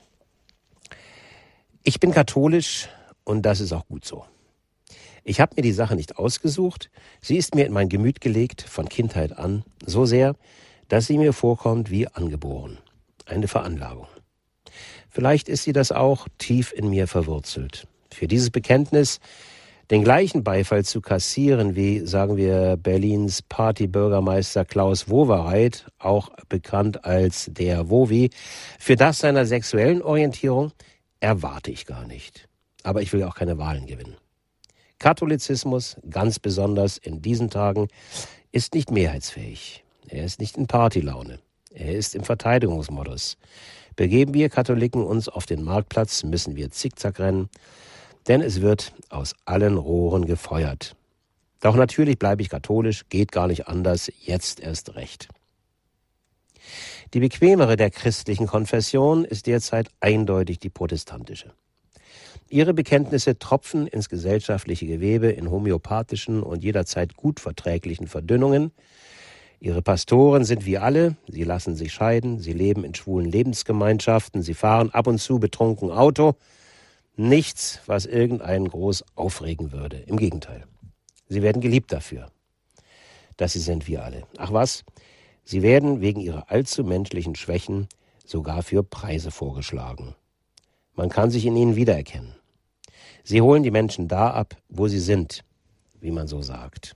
Ich bin katholisch und das ist auch gut so. Ich habe mir die Sache nicht ausgesucht. Sie ist mir in mein Gemüt gelegt, von Kindheit an, so sehr, dass sie mir vorkommt wie angeboren. Eine Veranlagung. Vielleicht ist sie das auch tief in mir verwurzelt. Für dieses Bekenntnis den gleichen Beifall zu kassieren wie, sagen wir, Berlins Partybürgermeister Klaus Wowereit, auch bekannt als der Wowi, für das seiner sexuellen Orientierung erwarte ich gar nicht. Aber ich will auch keine Wahlen gewinnen. Katholizismus, ganz besonders in diesen Tagen, ist nicht mehrheitsfähig. Er ist nicht in Partylaune. Er ist im Verteidigungsmodus. Begeben wir Katholiken uns auf den Marktplatz, müssen wir zickzack rennen, denn es wird aus allen Rohren gefeuert. Doch natürlich bleibe ich katholisch, geht gar nicht anders, jetzt erst recht. Die bequemere der christlichen Konfession ist derzeit eindeutig die protestantische. Ihre Bekenntnisse tropfen ins gesellschaftliche Gewebe in homöopathischen und jederzeit gut verträglichen Verdünnungen. Ihre Pastoren sind wie alle, sie lassen sich scheiden, sie leben in schwulen Lebensgemeinschaften, sie fahren ab und zu betrunken Auto. Nichts, was irgendeinen groß aufregen würde. Im Gegenteil. Sie werden geliebt dafür, dass sie sind wie alle. Ach was, sie werden wegen ihrer allzu menschlichen Schwächen sogar für Preise vorgeschlagen. Man kann sich in ihnen wiedererkennen. Sie holen die Menschen da ab, wo sie sind, wie man so sagt.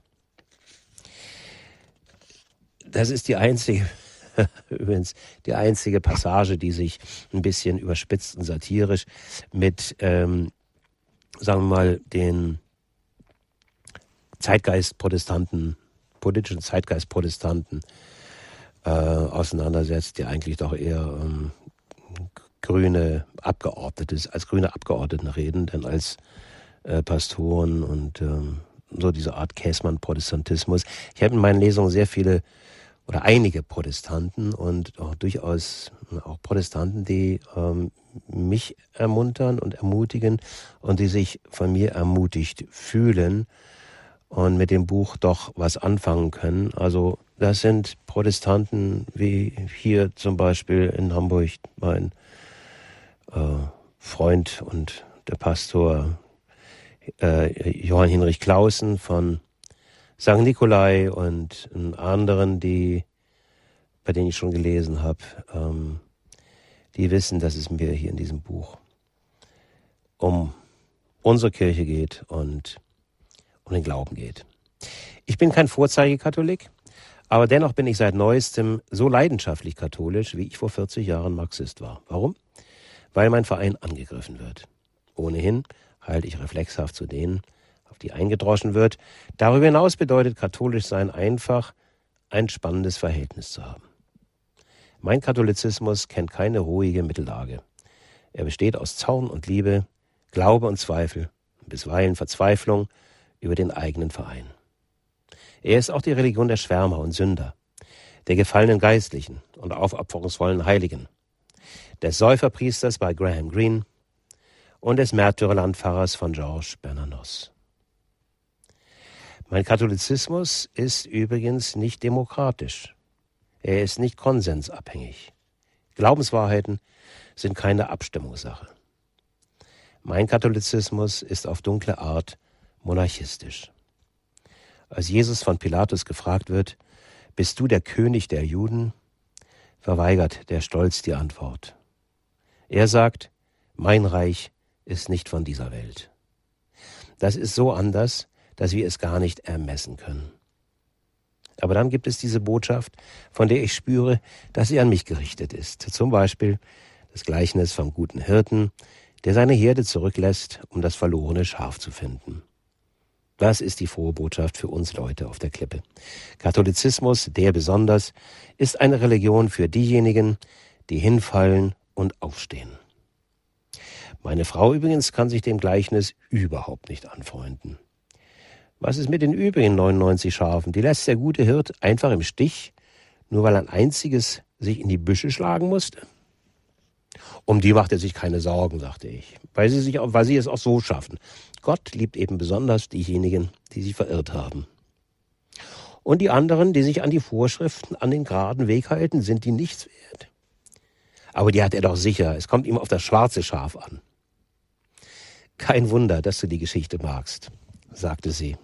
Das ist die einzige, übrigens die einzige Passage, die sich ein bisschen überspitzt und satirisch mit, ähm, sagen wir mal, den Zeitgeistprotestanten, politischen Zeitgeistprotestanten äh, auseinandersetzt, die eigentlich doch eher ähm, grüne Abgeordnete, als grüne Abgeordneten reden, denn als äh, Pastoren und ähm, so diese Art Käßmann-Protestantismus. Ich habe in meinen Lesungen sehr viele oder einige Protestanten und auch durchaus auch Protestanten, die ähm, mich ermuntern und ermutigen und die sich von mir ermutigt fühlen und mit dem Buch doch was anfangen können. Also das sind Protestanten wie hier zum Beispiel in Hamburg mein äh, Freund und der Pastor äh, Johann Hinrich Clausen von Sankt Nikolai und anderen, die, bei denen ich schon gelesen habe, ähm, die wissen, dass es mir hier in diesem Buch um unsere Kirche geht und um den Glauben geht. Ich bin kein Vorzeigekatholik, aber dennoch bin ich seit Neuestem so leidenschaftlich katholisch, wie ich vor vierzig Jahren Marxist war. Warum? Weil mein Verein angegriffen wird. Ohnehin halte ich reflexhaft zu denen, auf die eingedroschen wird. Darüber hinaus bedeutet katholisch sein einfach, ein spannendes Verhältnis zu haben. Mein Katholizismus kennt keine ruhige Mittellage. Er besteht aus Zorn und Liebe, Glaube und Zweifel, bisweilen Verzweiflung über den eigenen Verein. Er ist auch die Religion der Schwärmer und Sünder, der gefallenen Geistlichen und aufopferungsvollen Heiligen, des Säuferpriesters bei Graham Greene und des Märtyrerlandpfarrers von Georges Bernanos. Mein Katholizismus ist übrigens nicht demokratisch. Er ist nicht konsensabhängig. Glaubenswahrheiten sind keine Abstimmungssache. Mein Katholizismus ist auf dunkle Art monarchistisch. Als Jesus von Pilatus gefragt wird, bist du der König der Juden? Verweigert der Stolz die Antwort. Er sagt, mein Reich ist nicht von dieser Welt. Das ist so anders, dass wir es gar nicht ermessen können. Aber dann gibt es diese Botschaft, von der ich spüre, dass sie an mich gerichtet ist. Zum Beispiel das Gleichnis vom guten Hirten, der seine Herde zurücklässt, um das verlorene Schaf zu finden. Das ist die frohe Botschaft für uns Leute auf der Klippe. Katholizismus, der besonders, ist eine Religion für diejenigen, die hinfallen und aufstehen. Meine Frau übrigens kann sich dem Gleichnis überhaupt nicht anfreunden. Was ist mit den übrigen neunundneunzig Schafen? Die lässt der gute Hirt einfach im Stich, nur weil ein einziges sich in die Büsche schlagen musste? Um die macht er sich keine Sorgen, sagte ich, weil sie, sich auch, weil sie es auch so schaffen. Gott liebt eben besonders diejenigen, die sich verirrt haben. Und die anderen, die sich an die Vorschriften, an den geraden Weg halten, sind die nichts wert. Aber die hat er doch sicher, es kommt ihm auf das schwarze Schaf an. Kein Wunder, dass du die Geschichte magst, sagte sie.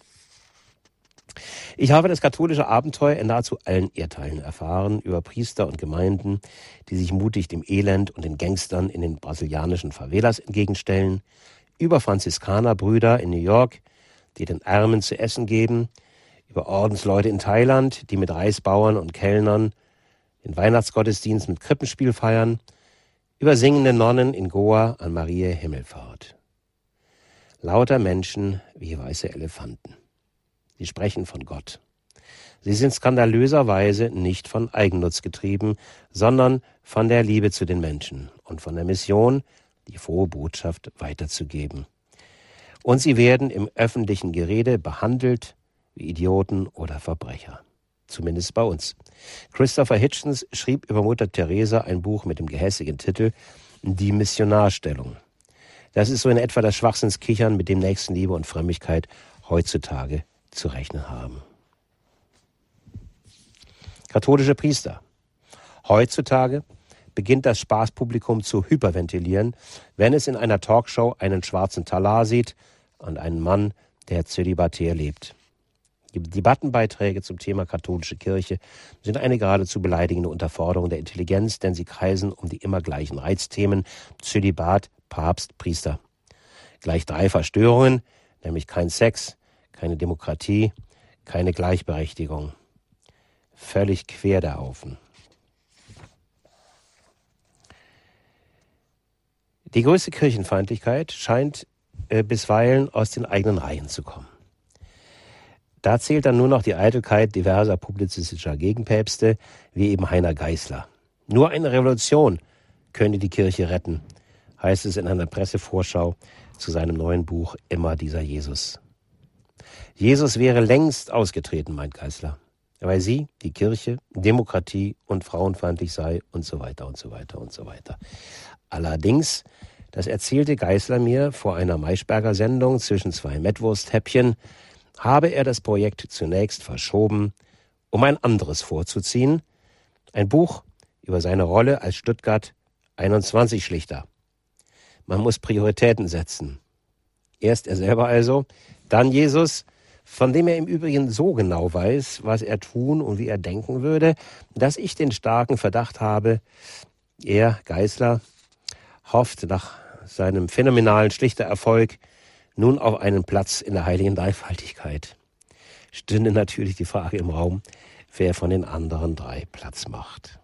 Ich habe das katholische Abenteuer in nahezu allen Erdteilen erfahren, über Priester und Gemeinden, die sich mutig dem Elend und den Gangstern in den brasilianischen Favelas entgegenstellen, über Franziskanerbrüder in New York, die den Armen zu essen geben, über Ordensleute in Thailand, die mit Reisbauern und Kellnern den Weihnachtsgottesdienst mit Krippenspiel feiern, über singende Nonnen in Goa an Mariä Himmelfahrt. Lauter Menschen wie weiße Elefanten. Sie sprechen von Gott. Sie sind skandalöserweise nicht von Eigennutz getrieben, sondern von der Liebe zu den Menschen und von der Mission, die frohe Botschaft weiterzugeben. Und sie werden im öffentlichen Gerede behandelt wie Idioten oder Verbrecher. Zumindest bei uns. Christopher Hitchens schrieb über Mutter Teresa ein Buch mit dem gehässigen Titel »Die Missionarstellung«. Das ist so in etwa das Schwachsinnskichern, mit dem Nächstenliebe und Frömmigkeit heutzutage zu rechnen haben. Katholische Priester. Heutzutage beginnt das Spaßpublikum zu hyperventilieren, wenn es in einer Talkshow einen schwarzen Talar sieht und einen Mann, der zölibatär lebt. Die Debattenbeiträge zum Thema katholische Kirche sind eine geradezu beleidigende Unterforderung der Intelligenz, denn sie kreisen um die immer gleichen Reizthemen Zölibat, Papst, Priester. Gleich drei Verstörungen, nämlich kein Sex, keine Demokratie, keine Gleichberechtigung. Völlig quer der Haufen. Die größte Kirchenfeindlichkeit scheint äh, bisweilen aus den eigenen Reihen zu kommen. Da zählt dann nur noch die Eitelkeit diverser publizistischer Gegenpäpste, wie eben Heiner Geißler. Nur eine Revolution könne die Kirche retten, heißt es in einer Pressevorschau zu seinem neuen Buch Immer dieser Jesus. Jesus wäre längst ausgetreten, meint Geißler, weil sie, die Kirche, Demokratie und frauenfeindlich sei und so weiter und so weiter und so weiter. Allerdings, das erzählte Geißler mir vor einer Maischberger Sendung zwischen zwei Mettwursthäppchen, habe er das Projekt zunächst verschoben, um ein anderes vorzuziehen, ein Buch über seine Rolle als Stuttgart einundzwanzig Schlichter. Man muss Prioritäten setzen. Erst er selber also, dann Jesus, von dem er im Übrigen so genau weiß, was er tun und wie er denken würde, dass ich den starken Verdacht habe, er, Geißler, hofft nach seinem phänomenalen Schlichtererfolg nun auf einen Platz in der heiligen Dreifaltigkeit. Stünde natürlich die Frage im Raum, wer von den anderen drei Platz macht.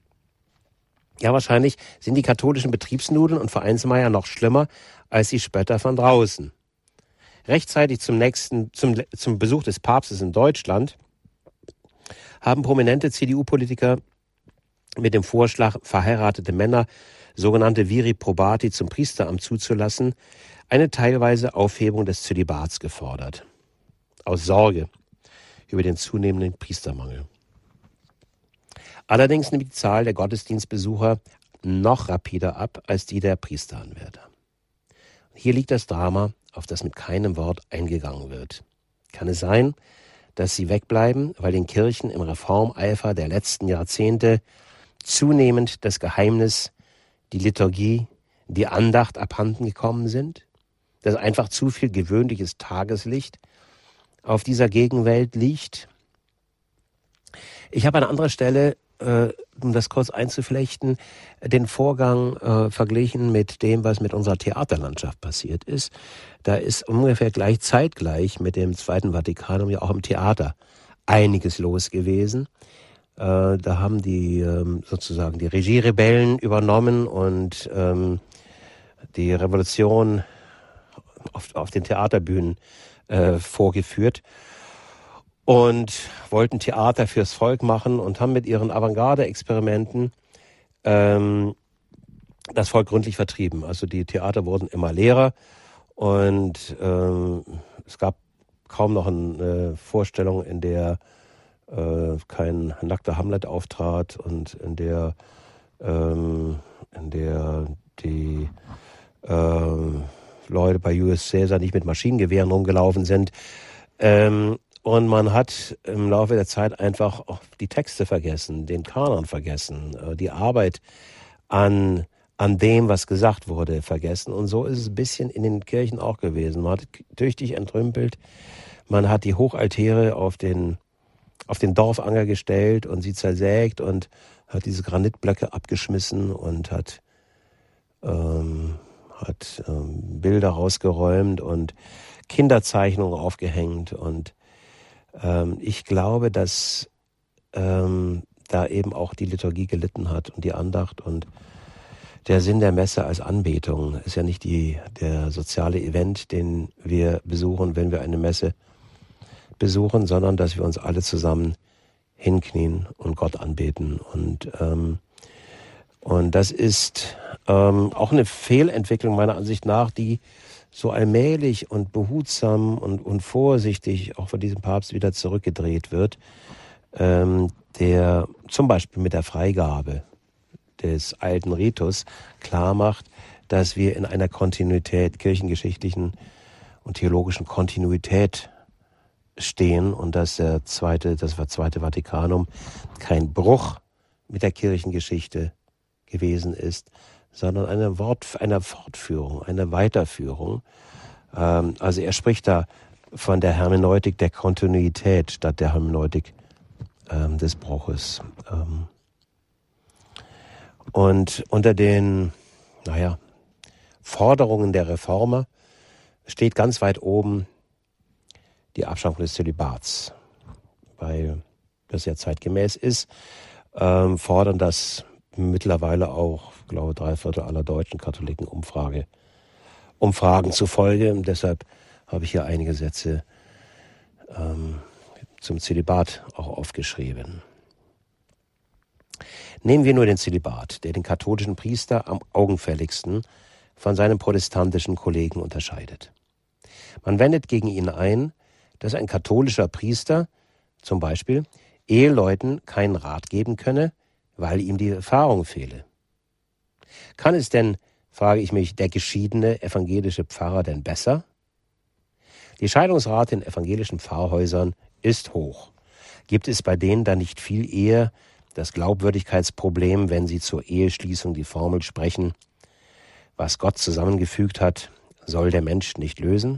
Ja, wahrscheinlich sind die katholischen Betriebsnudeln und Vereinsmeier noch schlimmer als die Spötter von draußen. Rechtzeitig zum nächsten, zum, zum Besuch des Papstes in Deutschland haben prominente C D U-Politiker mit dem Vorschlag, verheiratete Männer, sogenannte viri probati, zum Priesteramt zuzulassen, eine teilweise Aufhebung des Zölibats gefordert. Aus Sorge über den zunehmenden Priestermangel. Allerdings nimmt die Zahl der Gottesdienstbesucher noch rapider ab als die der Priesteranwärter. Hier liegt das Drama, auf das mit keinem Wort eingegangen wird. Kann es sein, dass sie wegbleiben, weil den Kirchen im Reformeifer der letzten Jahrzehnte zunehmend das Geheimnis, die Liturgie, die Andacht abhanden gekommen sind? Dass einfach zu viel gewöhnliches Tageslicht auf dieser Gegenwelt liegt? Ich habe an anderer Stelle, äh, um das kurz einzuflechten, den Vorgang äh, verglichen mit dem, was mit unserer Theaterlandschaft passiert ist. Da ist ungefähr gleich zeitgleich mit dem Zweiten Vatikanum ja auch im Theater einiges los gewesen. Äh, da haben die ähm, sozusagen die Regierebellen übernommen und ähm, die Revolution auf, auf den Theaterbühnen äh, vorgeführt und wollten Theater fürs Volk machen und haben mit ihren Avantgarde-Experimenten ähm, das Volk gründlich vertrieben. Also die Theater wurden immer leerer und ähm, es gab kaum noch eine Vorstellung, in der äh, kein nackter Hamlet auftrat und in der, ähm, in der die äh, Leute bei Julius Caesar nicht mit Maschinengewehren rumgelaufen sind. Ähm, und man hat im Laufe der Zeit einfach auch die Texte vergessen, den Kanon vergessen, äh, die Arbeit an, an dem, was gesagt wurde, vergessen. Und so ist es ein bisschen in den Kirchen auch gewesen. Man hat tüchtig entrümpelt, man hat die Hochaltäre auf den, auf den Dorfanger gestellt und sie zersägt und hat diese Granitblöcke abgeschmissen und hat ähm, hat ähm, Bilder rausgeräumt und Kinderzeichnungen aufgehängt. Und ähm, ich glaube, dass ähm, da eben auch die Liturgie gelitten hat und die Andacht und der Sinn der Messe als Anbetung ist ja nicht die, der soziale Event, den wir besuchen, wenn wir eine Messe besuchen, sondern dass wir uns alle zusammen hinknien und Gott anbeten. Und, ähm, und das ist ähm, auch eine Fehlentwicklung meiner Ansicht nach, die so allmählich und behutsam und, und vorsichtig auch von diesem Papst wieder zurückgedreht wird, ähm, der zum Beispiel mit der Freigabe des alten Ritus klar macht, dass wir in einer Kontinuität, kirchengeschichtlichen und theologischen Kontinuität stehen und dass der zweite, das zweite Vatikanum kein Bruch mit der Kirchengeschichte gewesen ist, sondern eine Wort, eine Fortführung, eine Weiterführung. Ähm, also er spricht da von der Hermeneutik der Kontinuität statt der Hermeneutik ähm, des Bruches. Ähm, Und unter den, naja, Forderungen der Reformer steht ganz weit oben die Abschaffung des Zölibats, weil das ja zeitgemäß ist, ähm, fordern das mittlerweile auch, ich glaube, drei Viertel aller deutschen Katholiken Umfrage, Umfragen zufolge. Und deshalb habe ich hier einige Sätze ähm, zum Zölibat auch aufgeschrieben. Nehmen wir nur den Zölibat, der den katholischen Priester am augenfälligsten von seinem protestantischen Kollegen unterscheidet. Man wendet gegen ihn ein, dass ein katholischer Priester zum Beispiel Eheleuten keinen Rat geben könne, weil ihm die Erfahrung fehle. Kann es denn, frage ich mich, der geschiedene evangelische Pfarrer denn besser? Die Scheidungsrate in evangelischen Pfarrhäusern ist hoch. Gibt es bei denen dann nicht viel eher das Glaubwürdigkeitsproblem, wenn sie zur Eheschließung die Formel sprechen, was Gott zusammengefügt hat, soll der Mensch nicht lösen?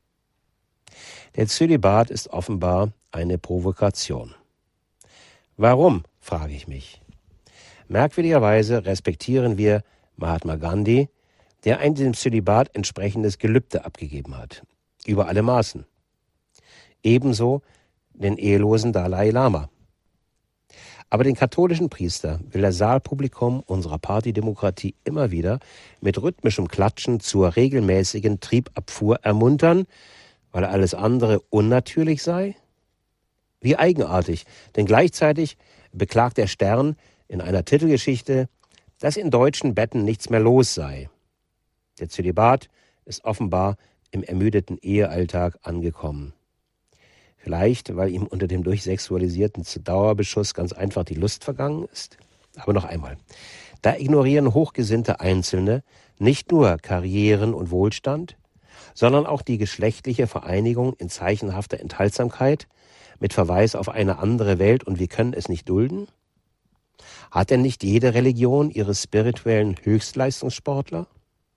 Der Zölibat ist offenbar eine Provokation. Warum, frage ich mich. Merkwürdigerweise respektieren wir Mahatma Gandhi, der ein dem Zölibat entsprechendes Gelübde abgegeben hat, über alle Maßen. Ebenso den ehelosen Dalai Lama. Aber den katholischen Priester will das Saalpublikum unserer Partydemokratie immer wieder mit rhythmischem Klatschen zur regelmäßigen Triebabfuhr ermuntern, weil alles andere unnatürlich sei? Wie eigenartig, denn gleichzeitig beklagt der Stern in einer Titelgeschichte, dass in deutschen Betten nichts mehr los sei. Der Zölibat ist offenbar im ermüdeten Ehealltag angekommen. Vielleicht, weil ihm unter dem durchsexualisierten Dauerbeschuss ganz einfach die Lust vergangen ist. Aber noch einmal, da ignorieren hochgesinnte Einzelne nicht nur Karrieren und Wohlstand, sondern auch die geschlechtliche Vereinigung in zeichenhafter Enthaltsamkeit mit Verweis auf eine andere Welt und wir können es nicht dulden? Hat denn nicht jede Religion ihre spirituellen Höchstleistungssportler?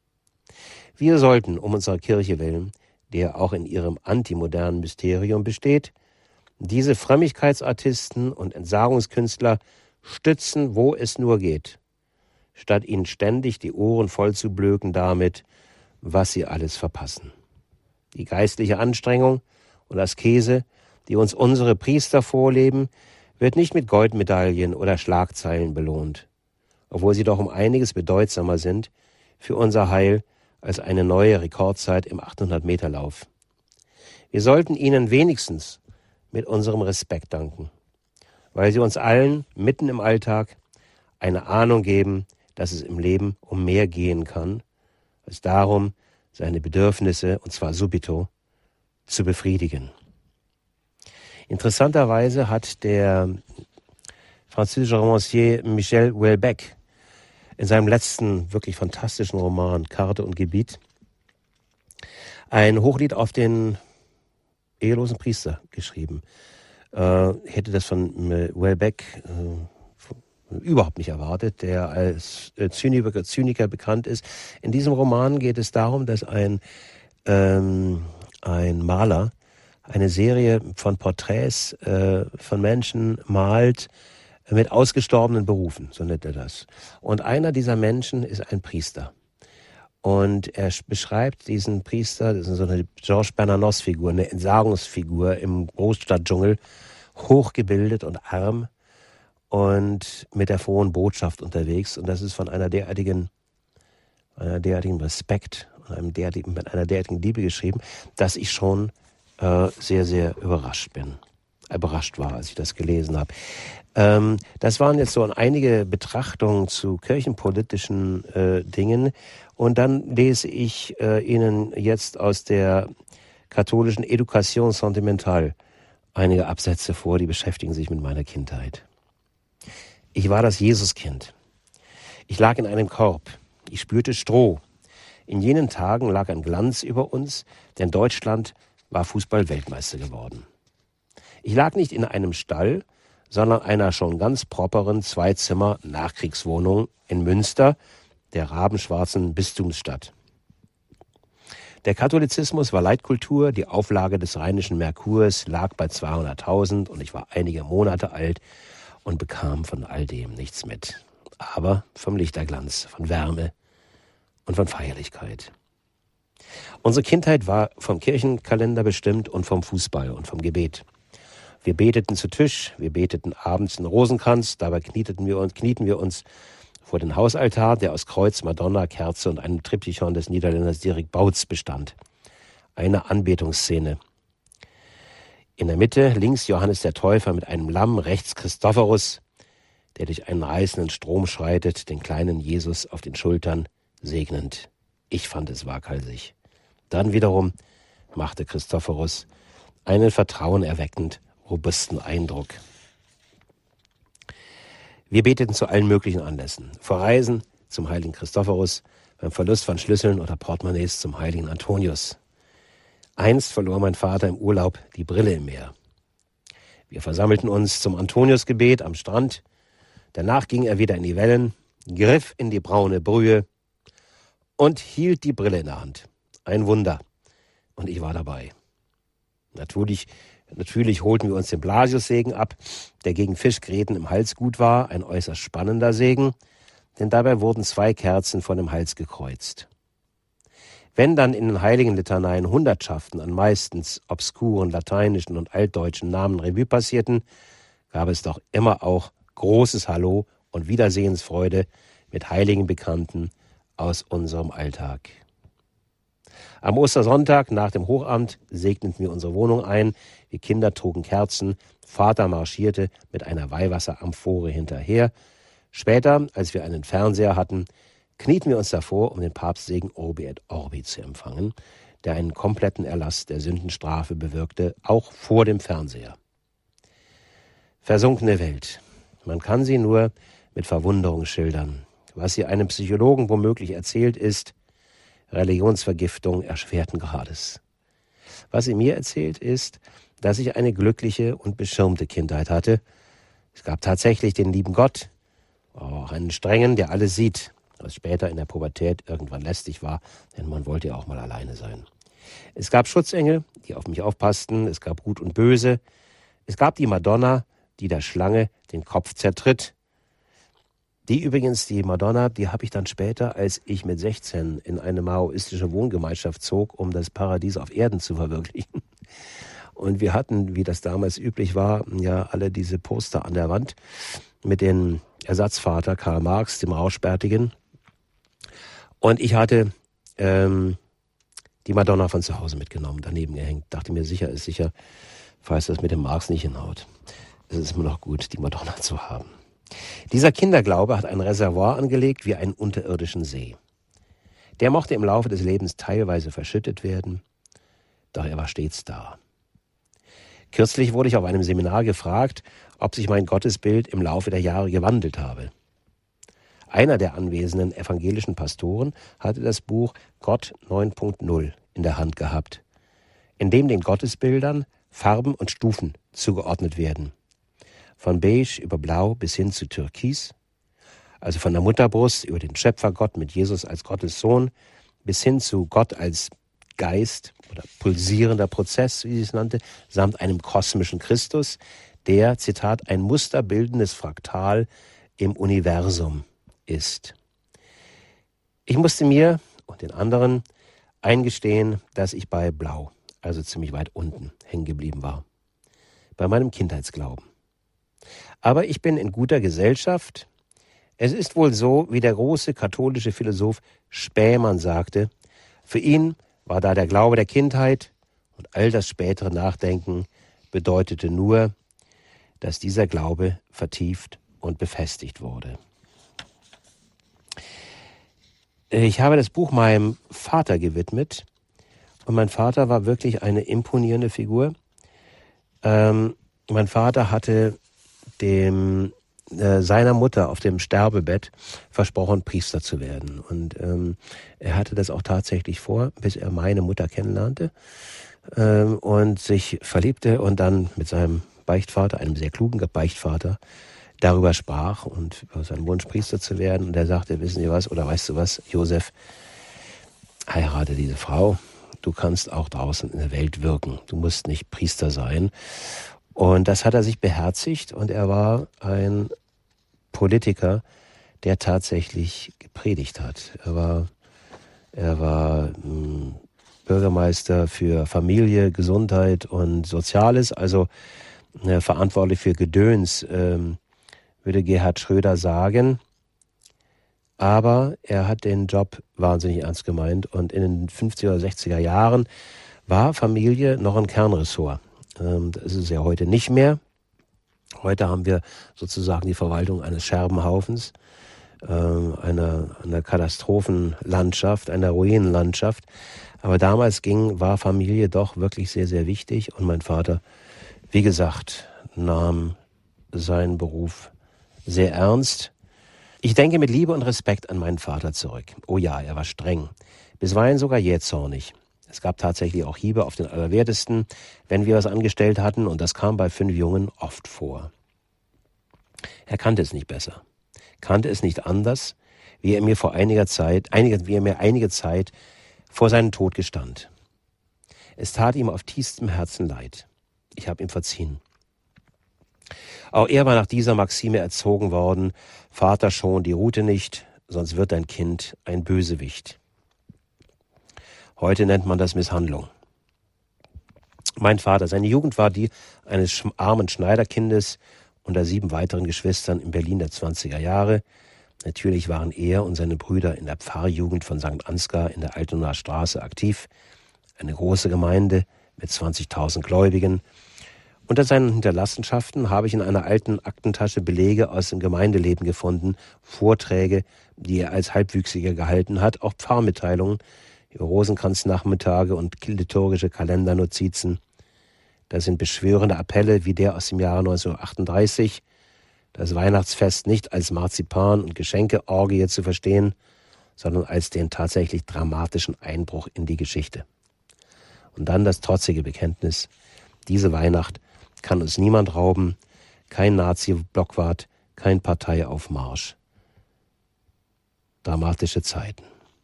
Wir sollten um unserer Kirche willen, der auch in ihrem antimodernen Mysterium besteht, diese Frömmigkeitsartisten und Entsagungskünstler stützen, wo es nur geht, statt ihnen ständig die Ohren voll zu blöken damit, was sie alles verpassen. Die geistliche Anstrengung und Askese, die uns unsere Priester vorleben, wird nicht mit Goldmedaillen oder Schlagzeilen belohnt, obwohl sie doch um einiges bedeutsamer sind für unser Heil als eine neue Rekordzeit im achthundert-Meter-Lauf. Wir sollten ihnen wenigstens mit unserem Respekt danken, weil sie uns allen mitten im Alltag eine Ahnung geben, dass es im Leben um mehr gehen kann, als darum, seine Bedürfnisse, und zwar subito, zu befriedigen. Interessanterweise hat der französische Romancier Michel Houellebecq in seinem letzten wirklich fantastischen Roman Karte und Gebiet ein Hochlied auf den ehelosen Priester geschrieben. Äh, hätte das von Houellebecq äh, überhaupt nicht erwartet, der als Zyniker, Zyniker bekannt ist. In diesem Roman geht es darum, dass ein, ähm, ein Maler eine Serie von Porträts äh, von Menschen malt, mit ausgestorbenen Berufen, so nennt er das. Und einer dieser Menschen ist ein Priester. Und er beschreibt diesen Priester, das ist so eine Georges Bernanos-Figur, eine Entsagungsfigur im Großstadtdschungel, hochgebildet und arm und mit der frohen Botschaft unterwegs. Und das ist von einer derartigen einer derartigen Respekt, einem derartigen, mit einer derartigen Liebe geschrieben, dass ich schon äh, sehr, sehr überrascht bin. Überrascht war, als ich das gelesen habe. Ähm, das waren jetzt so einige Betrachtungen zu kirchenpolitischen äh, Dingen. Und dann lese ich äh, Ihnen jetzt aus der katholischen Education Sentimentale einige Absätze vor, die beschäftigen sich mit meiner Kindheit. Ich war das Jesuskind. Ich lag in einem Korb. Ich spürte Stroh. In jenen Tagen lag ein Glanz über uns, denn Deutschland war Fußball-Weltmeister geworden. Ich lag nicht in einem Stall, sondern einer schon ganz properen Zweizimmer-Nachkriegswohnung in Münster, der rabenschwarzen Bistumsstadt. Der Katholizismus war Leitkultur, die Auflage des Rheinischen Merkurs lag bei zweihunderttausend und ich war einige Monate alt und bekam von all dem nichts mit. Aber vom Lichterglanz, von Wärme und von Feierlichkeit. Unsere Kindheit war vom Kirchenkalender bestimmt und vom Fußball und vom Gebet. Wir beteten zu Tisch, wir beteten abends einen Rosenkranz, dabei knieteten wir uns, knieten wir uns vor den Hausaltar, der aus Kreuz, Madonna, Kerze und einem Triptychon des Niederländers Dirk Bouts bestand. Eine Anbetungsszene. In der Mitte links Johannes der Täufer mit einem Lamm, rechts Christophorus, der durch einen reißenden Strom schreitet, den kleinen Jesus auf den Schultern segnend. Ich fand es waghalsig. Dann wiederum machte Christophorus einen vertrauenerweckend robusten Eindruck. Wir beteten zu allen möglichen Anlässen. Vor Reisen zum heiligen Christophorus, beim Verlust von Schlüsseln oder Portemonnaies zum heiligen Antonius. Einst verlor mein Vater im Urlaub die Brille im Meer. Wir versammelten uns zum Antoniusgebet am Strand. Danach ging er wieder in die Wellen, griff in die braune Brühe und hielt die Brille in der Hand. Ein Wunder. Und ich war dabei. Natürlich Natürlich holten wir uns den Blasiussegen ab, der gegen Fischgräten im Hals gut war, ein äußerst spannender Segen, denn dabei wurden zwei Kerzen von dem Hals gekreuzt. Wenn dann in den heiligen Litaneien Hundertschaften an meistens obskuren lateinischen und altdeutschen Namen Revue passierten, gab es doch immer auch großes Hallo und Wiedersehensfreude mit heiligen Bekannten aus unserem Alltag. Am Ostersonntag nach dem Hochamt segneten wir unsere Wohnung ein. Wir Kinder trugen Kerzen. Vater marschierte mit einer Weihwasseramphore hinterher. Später, als wir einen Fernseher hatten, knieten wir uns davor, um den Papstsegen Urbi et Orbi zu empfangen, der einen kompletten Erlass der Sündenstrafe bewirkte, auch vor dem Fernseher. Versunkene Welt. Man kann sie nur mit Verwunderung schildern. Was sie einem Psychologen womöglich erzählt, ist Religionsvergiftung erschwerten Grades. Was sie mir erzählt, ist, dass ich eine glückliche und beschirmte Kindheit hatte. Es gab tatsächlich den lieben Gott, auch einen strengen, der alles sieht, was später in der Pubertät irgendwann lästig war, denn man wollte ja auch mal alleine sein. Es gab Schutzengel, die auf mich aufpassten, es gab Gut und Böse, es gab die Madonna, die der Schlange den Kopf zertritt. Die übrigens, die Madonna, die habe ich dann später, als ich mit sechzehn in eine maoistische Wohngemeinschaft zog, um das Paradies auf Erden zu verwirklichen. Und wir hatten, wie das damals üblich war, ja alle diese Poster an der Wand mit dem Ersatzvater Karl Marx, dem Rauschbärtigen. Und ich hatte ähm, die Madonna von zu Hause mitgenommen, daneben gehängt. Dachte mir, sicher ist sicher, falls das mit dem Marx nicht hinhaut. Es ist immer noch gut, die Madonna zu haben. Dieser Kinderglaube hat ein Reservoir angelegt wie einen unterirdischen See. Der mochte im Laufe des Lebens teilweise verschüttet werden, doch er war stets da. Kürzlich wurde ich auf einem Seminar gefragt, ob sich mein Gottesbild im Laufe der Jahre gewandelt habe. Einer der anwesenden evangelischen Pastoren hatte das Buch Gott neun Punkt null in der Hand gehabt, in dem den Gottesbildern Farben und Stufen zugeordnet werden. Von beige über blau bis hin zu türkis, also von der Mutterbrust über den Schöpfergott mit Jesus als Gottes Sohn bis hin zu Gott als Geist oder pulsierender Prozess, wie sie es nannte, samt einem kosmischen Christus, der, Zitat, ein musterbildendes Fraktal im Universum ist. Ich musste mir und den anderen eingestehen, dass ich bei Blau, also ziemlich weit unten, hängen geblieben war. Bei meinem Kindheitsglauben. Aber ich bin in guter Gesellschaft. Es ist wohl so, wie der große katholische Philosoph Spähmann sagte, für ihn war da der Glaube der Kindheit und all das spätere Nachdenken bedeutete nur, dass dieser Glaube vertieft und befestigt wurde. Ich habe das Buch meinem Vater gewidmet und mein Vater war wirklich eine imponierende Figur. Ähm, mein Vater hatte dem äh, seiner Mutter auf dem Sterbebett versprochen, Priester zu werden. Und ähm, er hatte das auch tatsächlich vor, bis er meine Mutter kennenlernte ähm, und sich verliebte und dann mit seinem Beichtvater, einem sehr klugen Beichtvater, darüber sprach und über seinen Wunsch, Priester zu werden. Und er sagte, wissen Sie was, oder weißt du was, Josef, heirate diese Frau. Du kannst auch draußen in der Welt wirken. Du musst nicht Priester sein. Und das hat er sich beherzigt und er war ein Politiker, der tatsächlich gepredigt hat. Er war, er war mh, Bürgermeister für Familie, Gesundheit und Soziales, also äh, verantwortlich für Gedöns, äh, würde Gerhard Schröder sagen. Aber er hat den Job wahnsinnig ernst gemeint und in den fünfziger oder sechziger Jahren war Familie noch ein Kernressort. Das ist es ja heute nicht mehr. Heute haben wir sozusagen die Verwaltung eines Scherbenhaufens, einer, einer Katastrophenlandschaft, einer Ruinenlandschaft. Aber damals ging, war Familie doch wirklich sehr, sehr wichtig. Und mein Vater, wie gesagt, nahm seinen Beruf sehr ernst. Ich denke mit Liebe und Respekt an meinen Vater zurück. Oh ja, er war streng, bisweilen sogar jähzornig. Es gab tatsächlich auch Hiebe auf den Allerwertesten, wenn wir was angestellt hatten, und das kam bei fünf Jungen oft vor. Er kannte es nicht besser, kannte es nicht anders, wie er mir vor einiger Zeit, einige, wie er mir einige Zeit vor seinem Tod gestand. Es tat ihm auf tiefstem Herzen leid. Ich habe ihm verziehen. Auch er war nach dieser Maxime erzogen worden: Vater, schon die Rute nicht, sonst wird dein Kind ein Bösewicht. Heute nennt man das Misshandlung. Mein Vater, seine Jugend war die eines armen Schneiderkindes unter sieben weiteren Geschwistern in Berlin der zwanziger Jahre. Natürlich waren er und seine Brüder in der Pfarrjugend von Sankt Ansgar in der Altonaer Straße aktiv. Eine große Gemeinde mit zwanzigtausend Gläubigen. Unter seinen Hinterlassenschaften habe ich in einer alten Aktentasche Belege aus dem Gemeindeleben gefunden, Vorträge, die er als Halbwüchsiger gehalten hat, auch Pfarrmitteilungen, Rosenkranznachmittage und liturgische Kalendernotizen. Das sind beschwörende Appelle wie der aus dem Jahre neunzehnhundertachtunddreißig, das Weihnachtsfest nicht als Marzipan- und Geschenkeorgie zu verstehen, sondern als den tatsächlich dramatischen Einbruch in die Geschichte. Und dann das trotzige Bekenntnis: Diese Weihnacht kann uns niemand rauben, kein Nazi-Blockwart, kein Parteiaufmarsch. Dramatische Zeiten.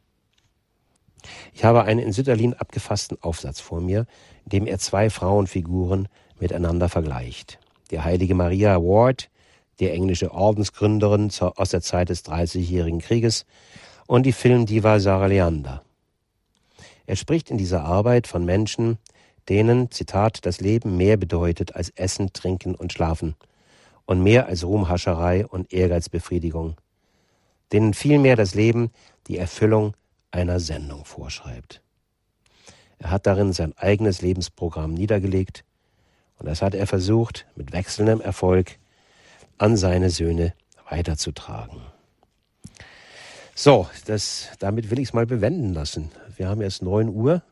Ich habe einen in Sütterlin abgefassten Aufsatz vor mir, in dem er zwei Frauenfiguren miteinander vergleicht. Die heilige Maria Ward, die englische Ordensgründerin aus der Zeit des Dreißigjährigen Krieges, und die Filmdiva Sarah Leander. Er spricht in dieser Arbeit von Menschen, denen, Zitat, das Leben mehr bedeutet als Essen, Trinken und Schlafen und mehr als Ruhmhascherei und Ehrgeizbefriedigung, denen vielmehr das Leben die Erfüllung einer Sendung vorschreibt. Er hat darin sein eigenes Lebensprogramm niedergelegt und das hat er versucht, mit wechselndem Erfolg an seine Söhne weiterzutragen. So, das, damit will ich es mal bewenden lassen. Wir haben jetzt neun Uhr.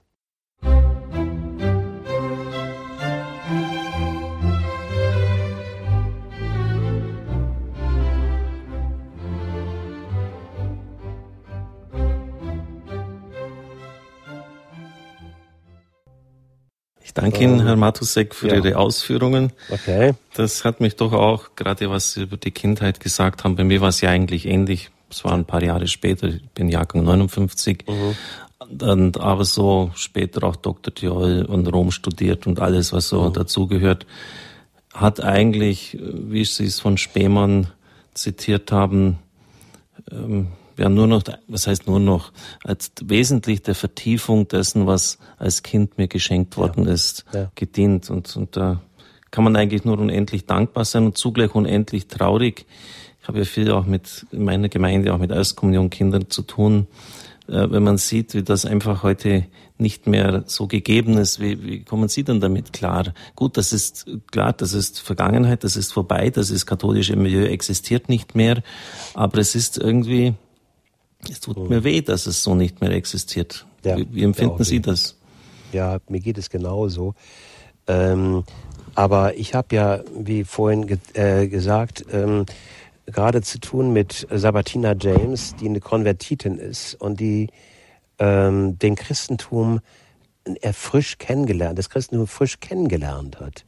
Ich danke Ihnen, Herr Matusek, für ja. Ihre Ausführungen. Okay. Das hat mich doch auch, gerade was Sie über die Kindheit gesagt haben, bei mir war es ja eigentlich ähnlich. Es war ein paar Jahre später, ich bin Jahrgang neunundfünfzig, mhm. und, aber so später auch Doktor Theol und Rom studiert und alles, was so mhm. dazugehört, hat eigentlich, wie Sie es von Spähmann zitiert haben, ähm, wir haben nur noch, was heißt nur noch, als wesentlich der Vertiefung dessen, was als Kind mir geschenkt worden ja. ist, ja. gedient. Und, und da kann man eigentlich nur unendlich dankbar sein und zugleich unendlich traurig, ich habe ja viel auch mit in meiner Gemeinde, auch mit Erstkommunionkindern zu tun, äh, wenn man sieht, wie das einfach heute nicht mehr so gegeben ist, wie, wie kommen Sie denn damit klar? Gut, das ist klar, das ist Vergangenheit, das ist vorbei, das ist katholische Milieu, existiert nicht mehr, aber es ist irgendwie, es tut mhm. mir weh, dass es so nicht mehr existiert. Ja, wie, wie empfinden ja, Sie das? Ja, mir geht es genauso. Ähm, aber ich habe ja, wie vorhin ge- äh, gesagt, ähm, gerade zu tun mit Sabatina James, die eine Konvertitin ist und die ähm, den Christentum er frisch kennengelernt, das Christentum frisch kennengelernt hat.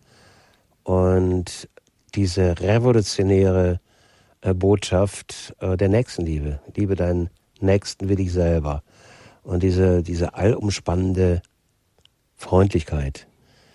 Und diese revolutionäre äh, Botschaft äh, der Nächstenliebe, liebe deinen Nächsten wie dich selber. Und diese, diese allumspannende Freundlichkeit,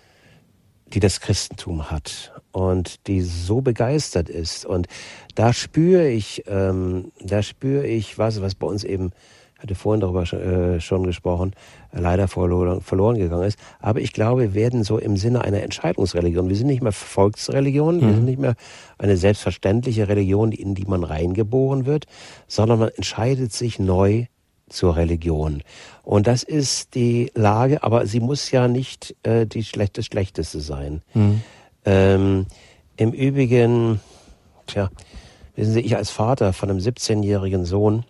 die das Christentum hat und die so begeistert ist. Und da spüre ich, ähm, da spüre ich was, was bei uns eben, ich hatte vorhin darüber schon, äh, schon gesprochen, äh, leider verloren, verloren gegangen ist. Aber ich glaube, wir werden so im Sinne einer Entscheidungsreligion. Wir sind nicht mehr Volksreligion, mhm. wir sind nicht mehr eine selbstverständliche Religion, in die man reingeboren wird, sondern man entscheidet sich neu zur Religion. Und das ist die Lage, aber sie muss ja nicht äh, die schlechte, schlechteste sein. Mhm. Ähm, im Übrigen, tja, wissen Sie, ich als Vater von einem siebzehnjährigen Sohn,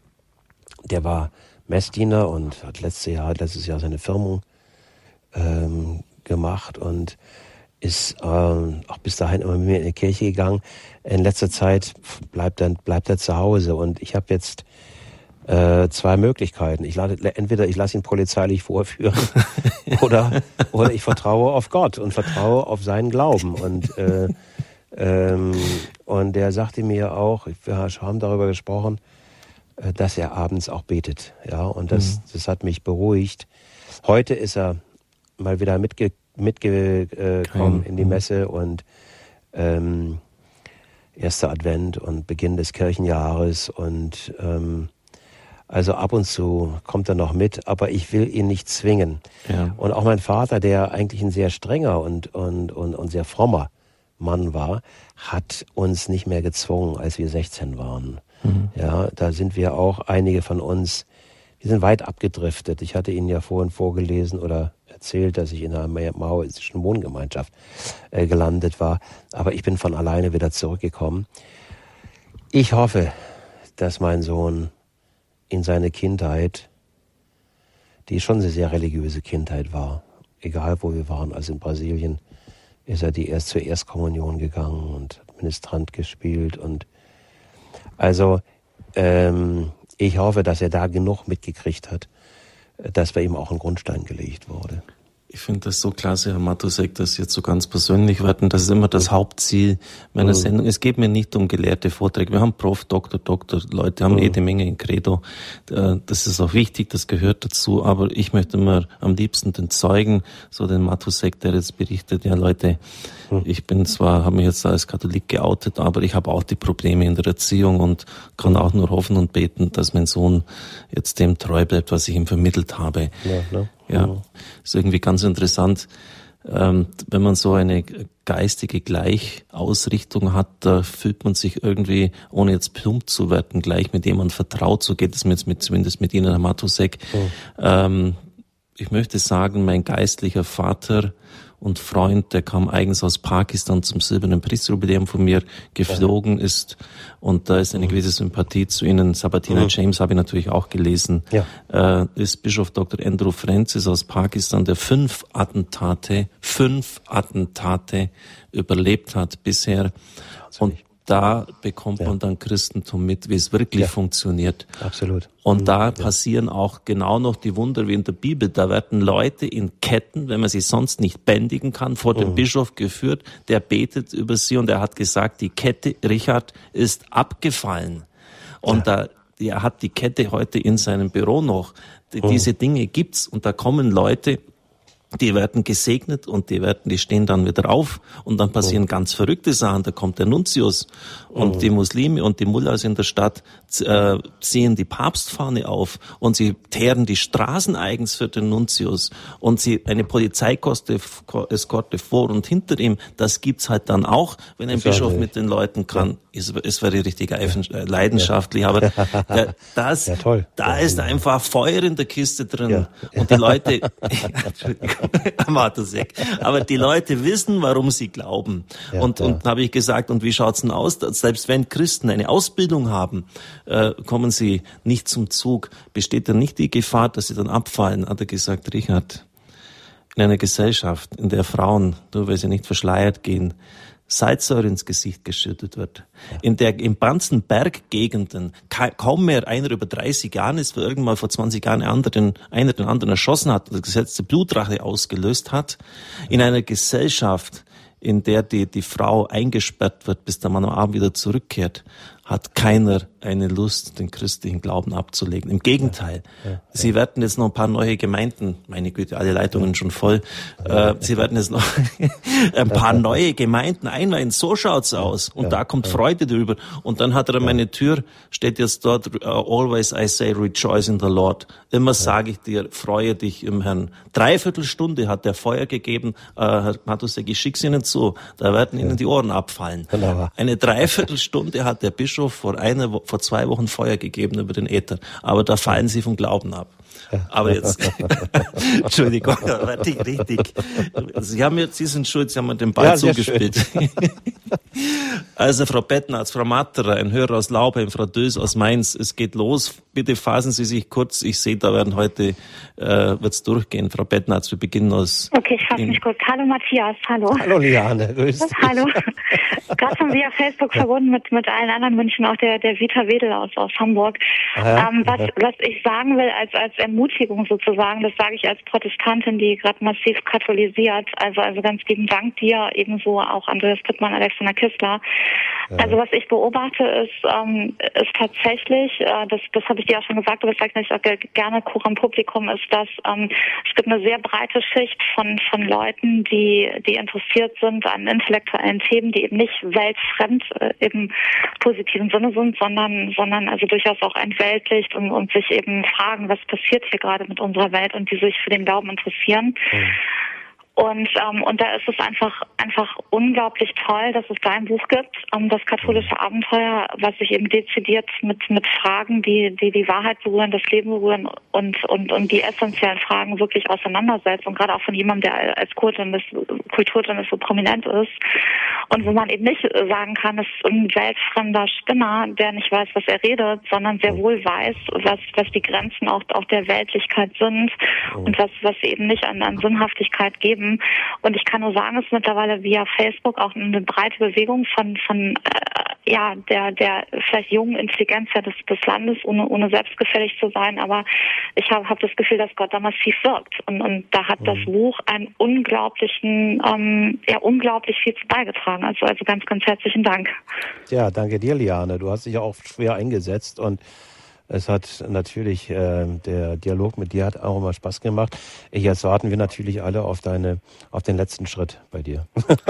der war Messdiener und hat letztes Jahr, letztes Jahr seine Firmung ähm, gemacht und ist ähm, auch bis dahin immer mit mir in die Kirche gegangen. In letzter Zeit bleibt er, bleibt er zu Hause und ich habe jetzt äh, zwei Möglichkeiten. Ich lade, entweder ich lasse ihn polizeilich vorführen oder, oder ich vertraue auf Gott und vertraue auf seinen Glauben. Und, äh, ähm, und der sagte mir auch, wir haben darüber gesprochen, dass er abends auch betet. Ja, und das, mhm. das hat mich beruhigt. Heute ist er mal wieder mitge, mitgekommen in die Messe und ähm, erster Advent und Beginn des Kirchenjahres und ähm, also ab und zu kommt er noch mit, aber ich will ihn nicht zwingen. Ja. Und auch mein Vater, der eigentlich ein sehr strenger und, und, und, und sehr frommer Mann war, hat uns nicht mehr gezwungen, als wir sechzehn waren. Mhm. Ja, da sind wir auch, einige von uns, wir sind weit abgedriftet. Ich hatte Ihnen ja vorhin vorgelesen oder erzählt, dass ich in einer maoistischen Wohngemeinschaft äh, gelandet war. Aber ich bin von alleine wieder zurückgekommen. Ich hoffe, dass mein Sohn in seine Kindheit, die schon eine sehr religiöse Kindheit war, egal wo wir waren, also in Brasilien, ist er die erst zur Erstkommunion gegangen und hat Ministrant gespielt und also ähm, ich hoffe, dass er da genug mitgekriegt hat, dass bei ihm auch ein Grundstein gelegt wurde. Ich finde das so klasse, Herr Matusek, dass Sie jetzt so ganz persönlich werden. Das ist immer das Hauptziel meiner mhm. Sendung. Es geht mir nicht um gelehrte Vorträge. Wir haben Prof, Doktor, Doktor, Leute haben mhm. jede Menge in Credo. Das ist auch wichtig, das gehört dazu. Aber ich möchte immer am liebsten den Zeugen, so den Matusek, der jetzt berichtet, ja Leute, mhm. ich bin zwar, habe mich jetzt als Katholik geoutet, aber ich habe auch die Probleme in der Erziehung und kann auch nur hoffen und beten, dass mein Sohn jetzt dem treu bleibt, was ich ihm vermittelt habe. Ja, ne? Ja, ist irgendwie ganz interessant, ähm, wenn man so eine geistige Gleichausrichtung hat, da fühlt man sich irgendwie, ohne jetzt plump zu werden, gleich mit jemandem vertraut. So geht es mir jetzt mit, zumindest mit Ihnen, Herr Matusek. Mhm. Ähm, ich möchte sagen, mein geistlicher Vater und Freund, der kam eigens aus Pakistan zum silbernen Priesterjubiläum von mir geflogen ist. Und da ist eine gewisse Sympathie zu Ihnen. Sabatina mhm. James habe ich natürlich auch gelesen. Ja. Äh, ist Bischof Doktor Andrew Francis aus Pakistan, der fünf Attentate, fünf Attentate überlebt hat bisher. Und da bekommt ja. man dann Christentum mit, wie es wirklich ja. funktioniert. Absolut. Und da ja. passieren auch genau noch die Wunder wie in der Bibel. Da werden Leute in Ketten, wenn man sie sonst nicht bändigen kann, vor mhm. den Bischof geführt. Der betet über sie und er hat gesagt, die Kette, Richard, ist abgefallen. Und ja. da, er hat die Kette heute in seinem Büro noch. Die, mhm. Diese Dinge gibt's und da kommen Leute, Die werden gesegnet und die werden, die stehen dann wieder auf und dann passieren oh. ganz verrückte Sachen. Da kommt der Nuntius und oh. die Muslime und die Mullahs in der Stadt äh, ziehen die Papstfahne auf und sie teeren die Straßen eigens für den Nuntius und sie eine Polizeikoste Eskorte vor und hinter ihm. Das gibt's halt dann auch, wenn ein Bischof mit den Leuten kann. Ja. Es, es wäre richtig ja. leidenschaftlich, ja. aber da, das, ja, toll. da ja. ist einfach Feuer in der Kiste drin ja. und die Leute. Aber die Leute wissen, warum sie glauben. Ja, und, ja. und habe ich gesagt, und wie schaut's denn aus? Selbst wenn Christen eine Ausbildung haben, äh, kommen sie nicht zum Zug. Besteht dann nicht die Gefahr, dass sie dann abfallen? Hat er gesagt, Richard, in einer Gesellschaft, in der Frauen, nur weil sie nicht verschleiert gehen, Salzsäure ins Gesicht geschüttet wird. Ja. In der, in ganzen Berggegenden kaum mehr einer über dreißig Jahren ist, weil irgendwann vor zwanzig Jahren einer den, einer den anderen erschossen hat und das Gesetz der Blutrache ausgelöst hat. Ja. In einer Gesellschaft, in der die, die Frau eingesperrt wird, bis der Mann am Abend wieder zurückkehrt, hat keiner eine Lust, den christlichen Glauben abzulegen. Im Gegenteil. Ja, ja, sie ja. werden jetzt noch ein paar neue Gemeinden, meine Güte, alle Leitungen schon voll, ja, äh, sie werden jetzt noch ein paar neue Gemeinden einweihen. So schaut's aus. Und ja, da kommt ja. Freude drüber. Und dann hat er an meine Tür, steht jetzt dort, uh, always I say rejoice in the Lord. Immer ja. sage ich dir, freue dich im Herrn. Dreiviertel Stunde hat der Feuer gegeben, äh, Herr Matusek, ich schick's Ihnen zu, da werden Ihnen ja. die Ohren abfallen. Wunderbar. Eine Dreiviertelstunde hat der Bischof vor einer Woche vor zwei Wochen Feuer gegeben über den Äther. Aber da fallen sie vom Glauben ab. Aber jetzt, Entschuldigung, warte ich richtig. Sie haben jetzt, Sie sind schuld, Sie haben mir den Ball ja, zugespielt. Also Frau Bettnarz, Frau Matterer, ein Hörer aus Laubheim, Frau Dös aus Mainz, es geht los. Bitte fassen Sie sich kurz. Ich sehe, da werden heute, äh, wird's durchgehen. Frau Bettnarz, wir beginnen aus... Okay, ich fasse mich kurz. Hallo Matthias, hallo. Hallo Liane, grüß dich. Hallo. Gerade schon via Facebook verbunden mit, mit allen anderen München, auch der, der Vita Wedel aus, aus Hamburg. Ja. Ähm, was, was ich sagen will als, als Ermutigung sozusagen, das sage ich als Protestantin, die gerade massiv katholisiert. Also, also ganz lieben Dank dir, ebenso auch Andreas Pittmann, Alexander Kistler. Ja. Also was ich beobachte ist, ähm, ist tatsächlich, äh, das, das habe ich dir auch schon gesagt, aber das sage ich auch gerne Coram Publicum, ist, dass ähm, es gibt eine sehr breite Schicht von, von Leuten, die, die interessiert sind an intellektuellen Themen, die eben nicht weltfremd äh, im positiven Sinne sind, sondern, sondern also durchaus auch entweltlicht und, und sich eben fragen, was passiert hier gerade mit unserer Welt und die sich für den Glauben interessieren. Mhm. Und ähm, und da ist es einfach einfach unglaublich toll, dass es da ein Buch gibt, um das katholische Abenteuer, was sich eben dezidiert mit mit Fragen, die die die Wahrheit berühren, das Leben berühren und und und die essentiellen Fragen wirklich auseinandersetzt und gerade auch von jemandem, der als Kulturjournalist, Kulturjournalist so prominent ist und wo man eben nicht sagen kann, es ist ein weltfremder Spinner, der nicht weiß, was er redet, sondern sehr wohl weiß, was was die Grenzen auch auch der Weltlichkeit sind und was was sie eben nicht an, an Sinnhaftigkeit geben. Und ich kann nur sagen, es ist mittlerweile via Facebook auch eine breite Bewegung von von äh, ja der der vielleicht jungen Intelligenz des, des Landes, ohne ohne selbstgefällig zu sein. Aber ich habe hab das Gefühl, dass Gott da massiv wirkt. Und, und da hat mhm. das Buch einen unglaublichen, ähm, ja unglaublich viel zu beigetragen. Also also ganz ganz herzlichen Dank. Ja, danke dir, Liane. Du hast dich ja auch schwer eingesetzt und es hat natürlich, äh, der Dialog mit dir hat auch immer Spaß gemacht. Jetzt warten wir natürlich alle auf deine, auf den letzten Schritt bei dir.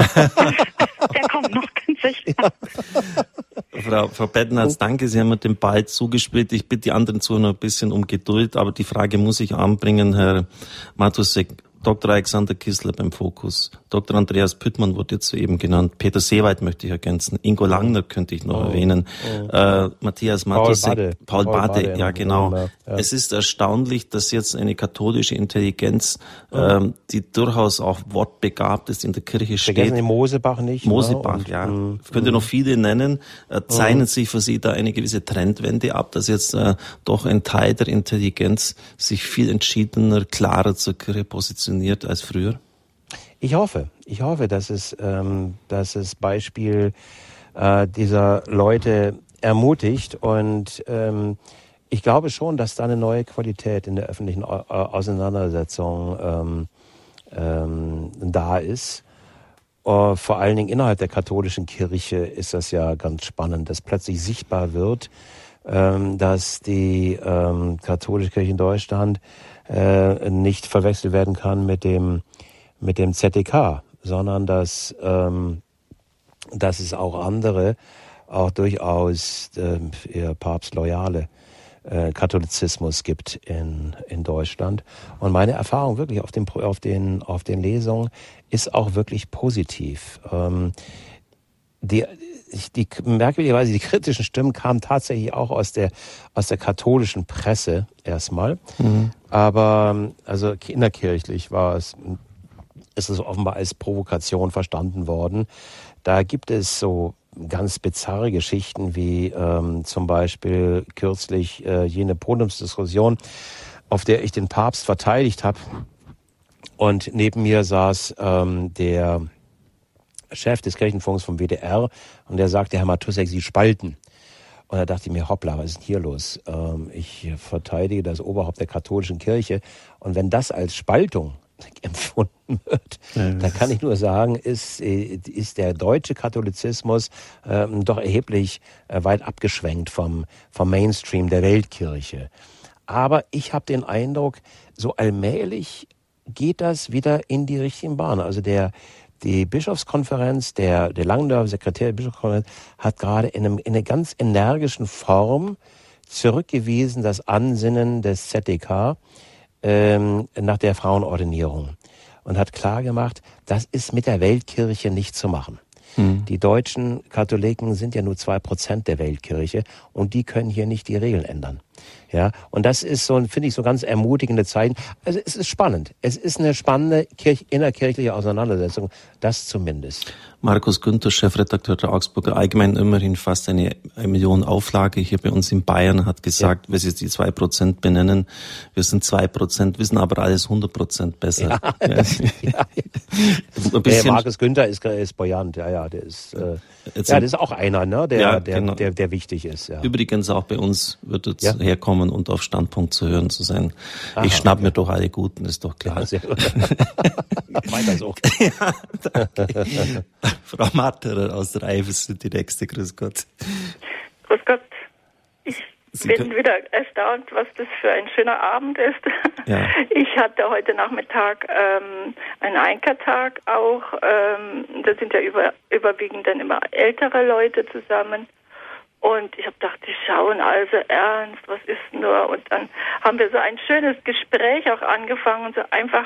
Der kommt noch, ganz sicher. Ja. Frau, Frau Bettnarz, danke, Sie haben mir den Ball zugespielt. Ich bitte die anderen zu noch ein bisschen um Geduld, aber die Frage muss ich anbringen, Herr Matusek. Doktor Alexander Kistler beim Fokus, Doktor Andreas Püttmann wurde jetzt soeben genannt, Peter Seewald möchte ich ergänzen, Ingo Langner könnte ich noch oh, erwähnen, oh. Äh, Matthias Matusek, Paul Bade, Paul Paul Bade, Bade ja genau. Ja. Es ist erstaunlich, dass jetzt eine katholische Intelligenz, oh. ähm, die durchaus auch wortbegabt ist, in der Kirche steht. Vergessen Sie Mosebach nicht. Mosebach, und, ja. Mm, ich könnte mm. noch viele nennen. Äh, zeichnet mm. sich für Sie da eine gewisse Trendwende ab, dass jetzt äh, doch ein Teil der Intelligenz sich viel entschiedener, klarer zur Kirche positioniert als früher? Ich hoffe, ich hoffe, dass es, ähm, dass es Beispiel äh, dieser Leute ermutigt und ähm, ich glaube schon, dass da eine neue Qualität in der öffentlichen Auseinandersetzung ähm, ähm, da ist. Uh, vor allen Dingen innerhalb der katholischen Kirche ist das ja ganz spannend, dass plötzlich sichtbar wird, ähm, dass die ähm, katholische Kirche in Deutschland äh, nicht verwechselt werden kann mit dem mit dem Z D K, sondern dass ähm, dass es auch andere, auch durchaus äh, eher papstloyale äh, Katholizismus gibt in in Deutschland. Und meine Erfahrung wirklich auf den auf den auf den Lesungen ist auch wirklich positiv. Ähm, die die merkwürdigerweise die kritischen Stimmen kamen tatsächlich auch aus der aus der katholischen Presse erstmal, mhm. aber also innerkirchlich war es ist es offenbar als Provokation verstanden worden. Da gibt es so ganz bizarre Geschichten wie ähm, zum Beispiel kürzlich äh, jene Podiumsdiskussion, auf der ich den Papst verteidigt habe und neben mir saß ähm, der Chef des Kirchenfunks vom W D R und der sagte, Herr Matussek, Sie spalten. Und da dachte ich mir, hoppla, was ist denn hier los? Ähm, ich verteidige das Oberhaupt der katholischen Kirche und wenn das als Spaltung empfunden wird, ja, dann kann ich nur sagen, ist, ist der deutsche Katholizismus ähm, doch erheblich äh, weit abgeschwenkt vom, vom Mainstream der Weltkirche. Aber ich habe den Eindruck, so allmählich geht das wieder in die richtigen Bahnen. Also der Die Bischofskonferenz, der, der Langendorfer Sekretär der Bischofskonferenz, hat gerade in, einem, in einer ganz energischen Form zurückgewiesen das Ansinnen des Z D K ähm, nach der Frauenordinierung und hat klargemacht, das ist mit der Weltkirche nicht zu machen. Mhm. Die deutschen Katholiken sind ja nur zwei Prozent der Weltkirche und die können hier nicht die Regeln ändern. Ja, und das ist so, finde ich, so ganz ermutigende Zeichen. Also es ist spannend. Es ist eine spannende Kirch- innerkirchliche Auseinandersetzung, das zumindest. Markus Günther, Chefredakteur der Augsburger Allgemeinen, immerhin fast eine, eine Million Auflage hier bei uns in Bayern, hat gesagt, ja. wenn Sie die zwei Prozent benennen, wir sind zwei Prozent, wissen aber alles hundert Prozent besser. Ja. Ja. Ja. Ein bisschen ja, Markus Günther ist, ist buoyant, ja, ja, der ist, äh, ja, das ist auch einer, ne, der, ja, der, genau. der, der wichtig ist. Ja. Übrigens auch bei uns wird es ja. herkommen und auf Standpunkt zu hören zu sein. Aha, ich schnapp okay. mir doch alle Guten, ist doch klar. Ja, sehr gut. Weiter so. Ja, danke. Frau Matterer aus der Eifel sind die nächste. Grüß Gott. Grüß Gott. Ich Sie bin können... wieder erstaunt, was das für ein schöner Abend ist. Ja. Ich hatte heute Nachmittag ähm, einen Einkertag auch. Ähm, da sind ja über, überwiegend dann immer ältere Leute zusammen. Und ich habe gedacht, die schauen also ernst, was ist nur? Und dann haben wir so ein schönes Gespräch auch angefangen. So einfach,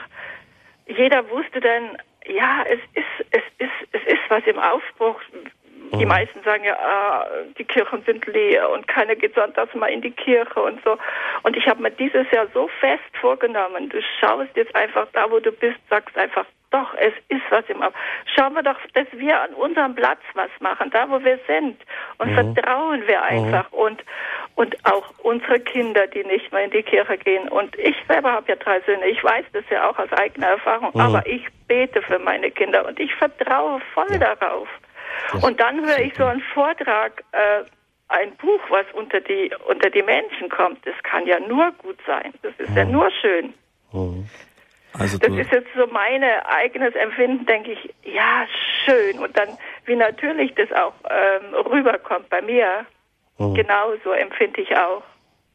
jeder wusste dann, ja, es ist, es ist, es ist was im Aufbruch. Die meisten sagen ja, ah, die Kirchen sind leer und keiner geht sonntags mal in die Kirche und so. Und ich habe mir dieses Jahr so fest vorgenommen, du schaust jetzt einfach da, wo du bist, sagst einfach, doch, es ist was im Aufbruch. Schauen wir doch, dass wir an unserem Platz was machen, da wo wir sind. Und mhm. vertrauen wir einfach. Mhm. Und und auch unsere Kinder, die nicht mehr in die Kirche gehen. Und ich selber habe ja drei Söhne, ich weiß das ja auch aus eigener Erfahrung, mhm. aber ich bete für meine Kinder und ich vertraue voll ja. darauf. Das und dann höre ich so einen Vortrag, äh, ein Buch, was unter die unter die Menschen kommt. Das kann ja nur gut sein. Das ist mhm. ja nur schön. Mhm. Also das ist jetzt so mein eigenes Empfinden, denke ich, ja, schön. Und dann, wie natürlich das auch ähm, rüberkommt bei mir, mhm. genauso empfinde ich auch.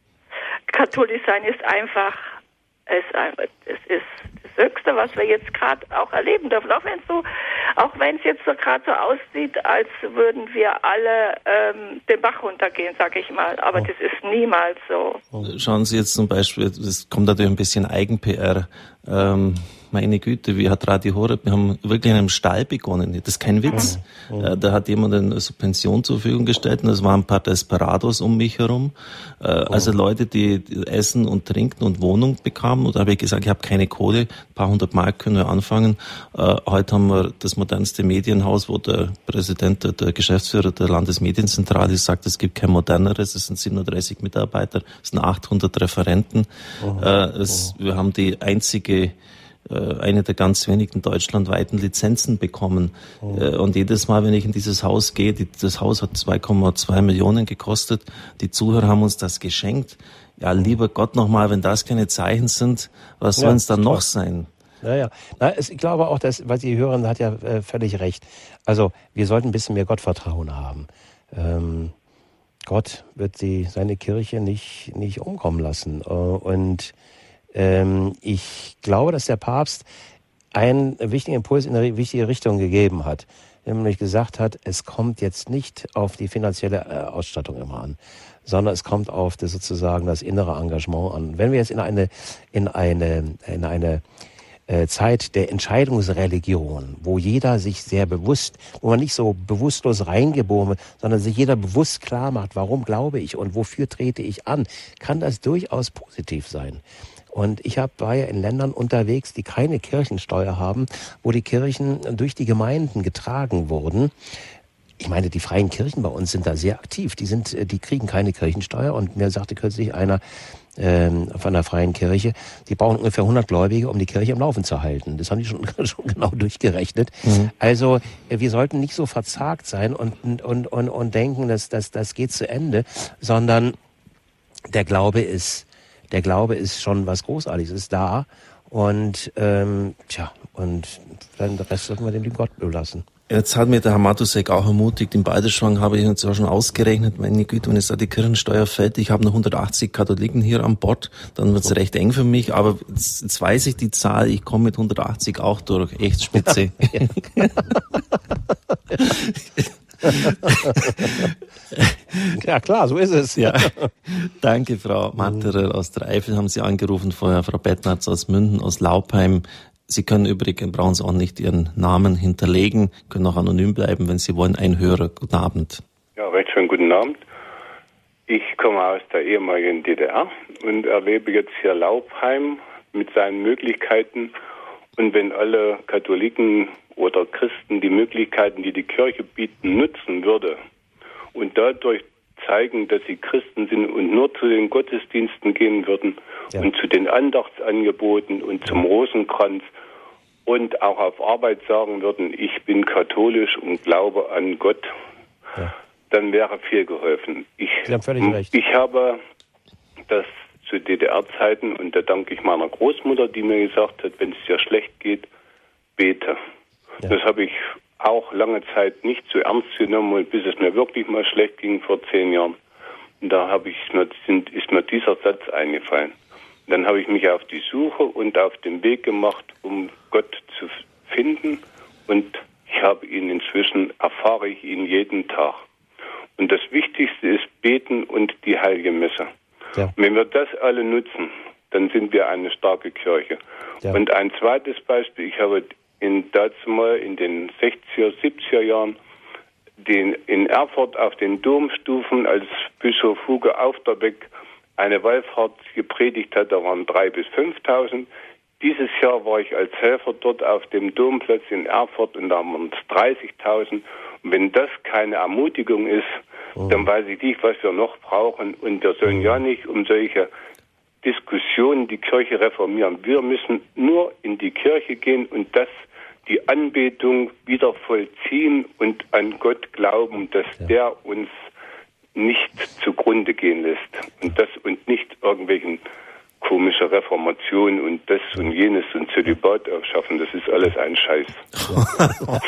Katholisch sein ist einfach, es, es ist das Höchste, was wir jetzt gerade auch erleben dürfen. Auch wenn es so, auch wenn es jetzt so gerade so aussieht, als würden wir alle ähm, den Bach runtergehen, sag ich mal. Aber oh. das ist niemals so. Schauen Sie jetzt zum Beispiel, das kommt natürlich ein bisschen Eigen-P R. Ähm, meine Güte, wie hat Radio Horeb, wir haben wirklich in einem Stall begonnen. Das ist kein Witz. Mhm. Äh, da hat jemand eine Subvention zur Verfügung gestellt und es waren ein paar Desperados um mich herum. Äh, mhm. Also Leute, die Essen und Trinken und Wohnung bekamen. Und da habe ich gesagt, ich habe keine Kohle, ein paar hundert Mark können wir anfangen. Äh, heute haben wir das modernste Medienhaus, wo der Präsident, der, der Geschäftsführer der Landesmedienzentrale sagt, es gibt kein moderneres, es sind siebenunddreißig Mitarbeiter, es sind achthundert Referenten. Mhm. Äh, es, mhm. Wir haben die einzige eine der ganz wenigen deutschlandweiten Lizenzen bekommen. Oh. Und jedes Mal, wenn ich in dieses Haus gehe, die, das Haus hat zwei Komma zwei Millionen gekostet, die Zuhörer haben uns das geschenkt. Ja, lieber Gott nochmal, wenn das keine Zeichen sind, was ja, sollen es dann noch sein? Ja, ja. Na, es, ich glaube auch, dass, weil Sie hören, hat ja äh, völlig recht. Also, wir sollten ein bisschen mehr Gottvertrauen haben. Ähm, Gott wird die, seine Kirche nicht, nicht umkommen lassen. Und ähm, ich glaube, dass der Papst einen wichtigen Impuls in eine wichtige Richtung gegeben hat. Nämlich gesagt hat, es kommt jetzt nicht auf die finanzielle Ausstattung immer an, sondern es kommt auf das sozusagen das innere Engagement an. Wenn wir jetzt in eine, in eine, in eine Zeit der Entscheidungsreligion, wo jeder sich sehr bewusst, wo man nicht so bewusstlos reingeboren wird, sondern sich jeder bewusst klar macht, warum glaube ich und wofür trete ich an, kann das durchaus positiv sein. Und ich hab, war ja in Ländern unterwegs, die keine Kirchensteuer haben, wo die Kirchen durch die Gemeinden getragen wurden. Ich meine, die freien Kirchen bei uns sind da sehr aktiv. Die sind, die kriegen keine Kirchensteuer. Und mir sagte kürzlich einer, von der freien Kirche, die brauchen ungefähr hundert Gläubige, um die Kirche am Laufen zu halten. Das haben die schon, schon genau durchgerechnet. Mhm. Also wir sollten nicht so verzagt sein und und und und denken, dass das das geht zu Ende, sondern der Glaube ist der Glaube ist schon was Großartiges, ist da und ähm, tja und dann den Rest sollten wir dem lieben Gott überlassen. Jetzt hat mir der Herr Matusek auch ermutigt, im Balderschwang habe ich jetzt auch schon ausgerechnet, meine Güte, wenn jetzt da die Kirchensteuer fällt, ich habe noch hundertachtzig Katholiken hier an Bord, dann wird's recht eng für mich, aber jetzt, jetzt weiß ich die Zahl, ich komme mit hundertachtzig auch durch, echt spitze. Ja klar, so ist es. Ja. Danke, Frau Matterer aus der Eifel, haben Sie angerufen, vorher Frau Bettnarz aus Münden, aus Laupheim. Sie können übrigens, brauchen Sie auch nicht Ihren Namen hinterlegen, können auch anonym bleiben, wenn Sie wollen. Ein Hörer, guten Abend. Ja, recht schönen guten Abend. Ich komme aus der ehemaligen D D R und erlebe jetzt hier Laupheim mit seinen Möglichkeiten. Und wenn alle Katholiken oder Christen die Möglichkeiten, die die Kirche bieten, nutzen würde und dadurch zeigen, dass sie Christen sind und nur zu den Gottesdiensten gehen würden, ja, und zu den Andachtsangeboten und zum Rosenkranz und auch auf Arbeit sagen würden, ich bin katholisch und glaube an Gott, ja, dann wäre viel geholfen. Ich, Sie haben völlig recht. Ich habe das zu D D R-Zeiten, und da danke ich meiner Großmutter, die mir gesagt hat, wenn es dir schlecht geht, bete. Ja. Das habe ich auch lange Zeit nicht so ernst genommen, und bis es mir wirklich mal schlecht ging vor zehn Jahren, da habe ich mir, sind, ist mir dieser Satz eingefallen. Dann habe ich mich auf die Suche und auf den Weg gemacht, um Gott zu finden, und ich habe ihn inzwischen, erfahre ich ihn jeden Tag. Und das Wichtigste ist Beten und die Heilige Messe. Ja. Wenn wir das alle nutzen, dann sind wir eine starke Kirche. Ja. Und ein zweites Beispiel, ich habe in dazu mal in den sechziger, siebziger Jahren den, in Erfurt auf den Domstufen, als Bischof Hugo Aufderbeck eine Wallfahrt gepredigt hat, da waren drei bis fünftausend. Dieses Jahr war ich als Helfer dort auf dem Domplatz in Erfurt und da waren es dreißigtausend. Und wenn das keine Ermutigung ist, oh, dann weiß ich nicht, was wir noch brauchen. Und wir sollen ja nicht um solche Diskussionen die Kirche reformieren. Wir müssen nur in die Kirche gehen und das, die Anbetung wieder vollziehen und an Gott glauben, dass ja. der uns nicht zugrunde gehen lässt. Und das und nicht irgendwelchen komische Reformation und das und jenes und Zölibat aufschaffen, das ist alles ein Scheiß. Ja.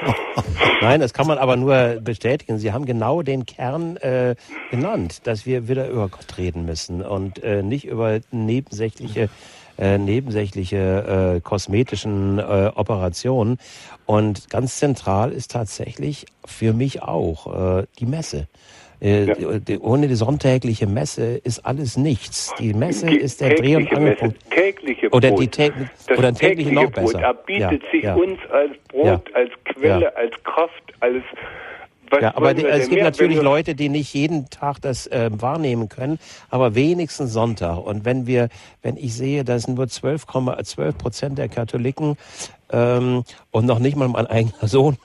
Nein, das kann man aber nur bestätigen. Sie haben genau den Kern äh, genannt, dass wir wieder über Gott reden müssen und äh, nicht über nebensächliche äh, nebensächliche äh, kosmetischen äh, Operationen. Und ganz zentral ist tatsächlich für mich auch äh, die Messe. Äh, ja. die, ohne die sonntägliche Messe ist alles nichts. Die Messe die ist der Dreh- und Angelpunkt. Das tägliche Brot. Oder, die tä- das oder ein tägliche noch Brot. besser. Er bietet ja, sich ja. uns als Brot, ja. als Quelle, ja. als Kraft, als... Was ja, aber die, es gibt mehr, natürlich Leute, die nicht jeden Tag das äh, wahrnehmen können, aber wenigstens Sonntag. Und wenn wir, wenn ich sehe, dass nur zwölf Komma zwölf Prozent der Katholiken ähm, und noch nicht mal mein eigener Sohn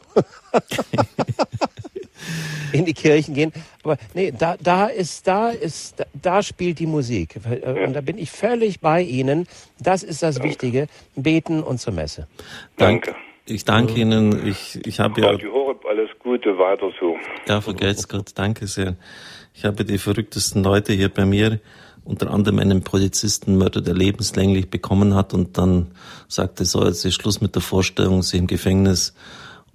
in die Kirchen gehen, aber nee, da, da ist, da ist, da, da spielt die Musik. Ja. Und da bin ich völlig bei Ihnen. Das ist das Danke. Wichtige. Beten und zur Messe. Danke. Ich danke mhm. Ihnen. Ich, ich habe ja... Radio Horeb, alles Gute, weiter so. Ja, vergelt's Gott, danke sehr. Ich habe die verrücktesten Leute hier bei mir, unter anderem einen Polizistenmörder, der lebenslänglich bekommen hat und dann sagte, so, jetzt ist Schluss mit der Vorstellung, sie im Gefängnis.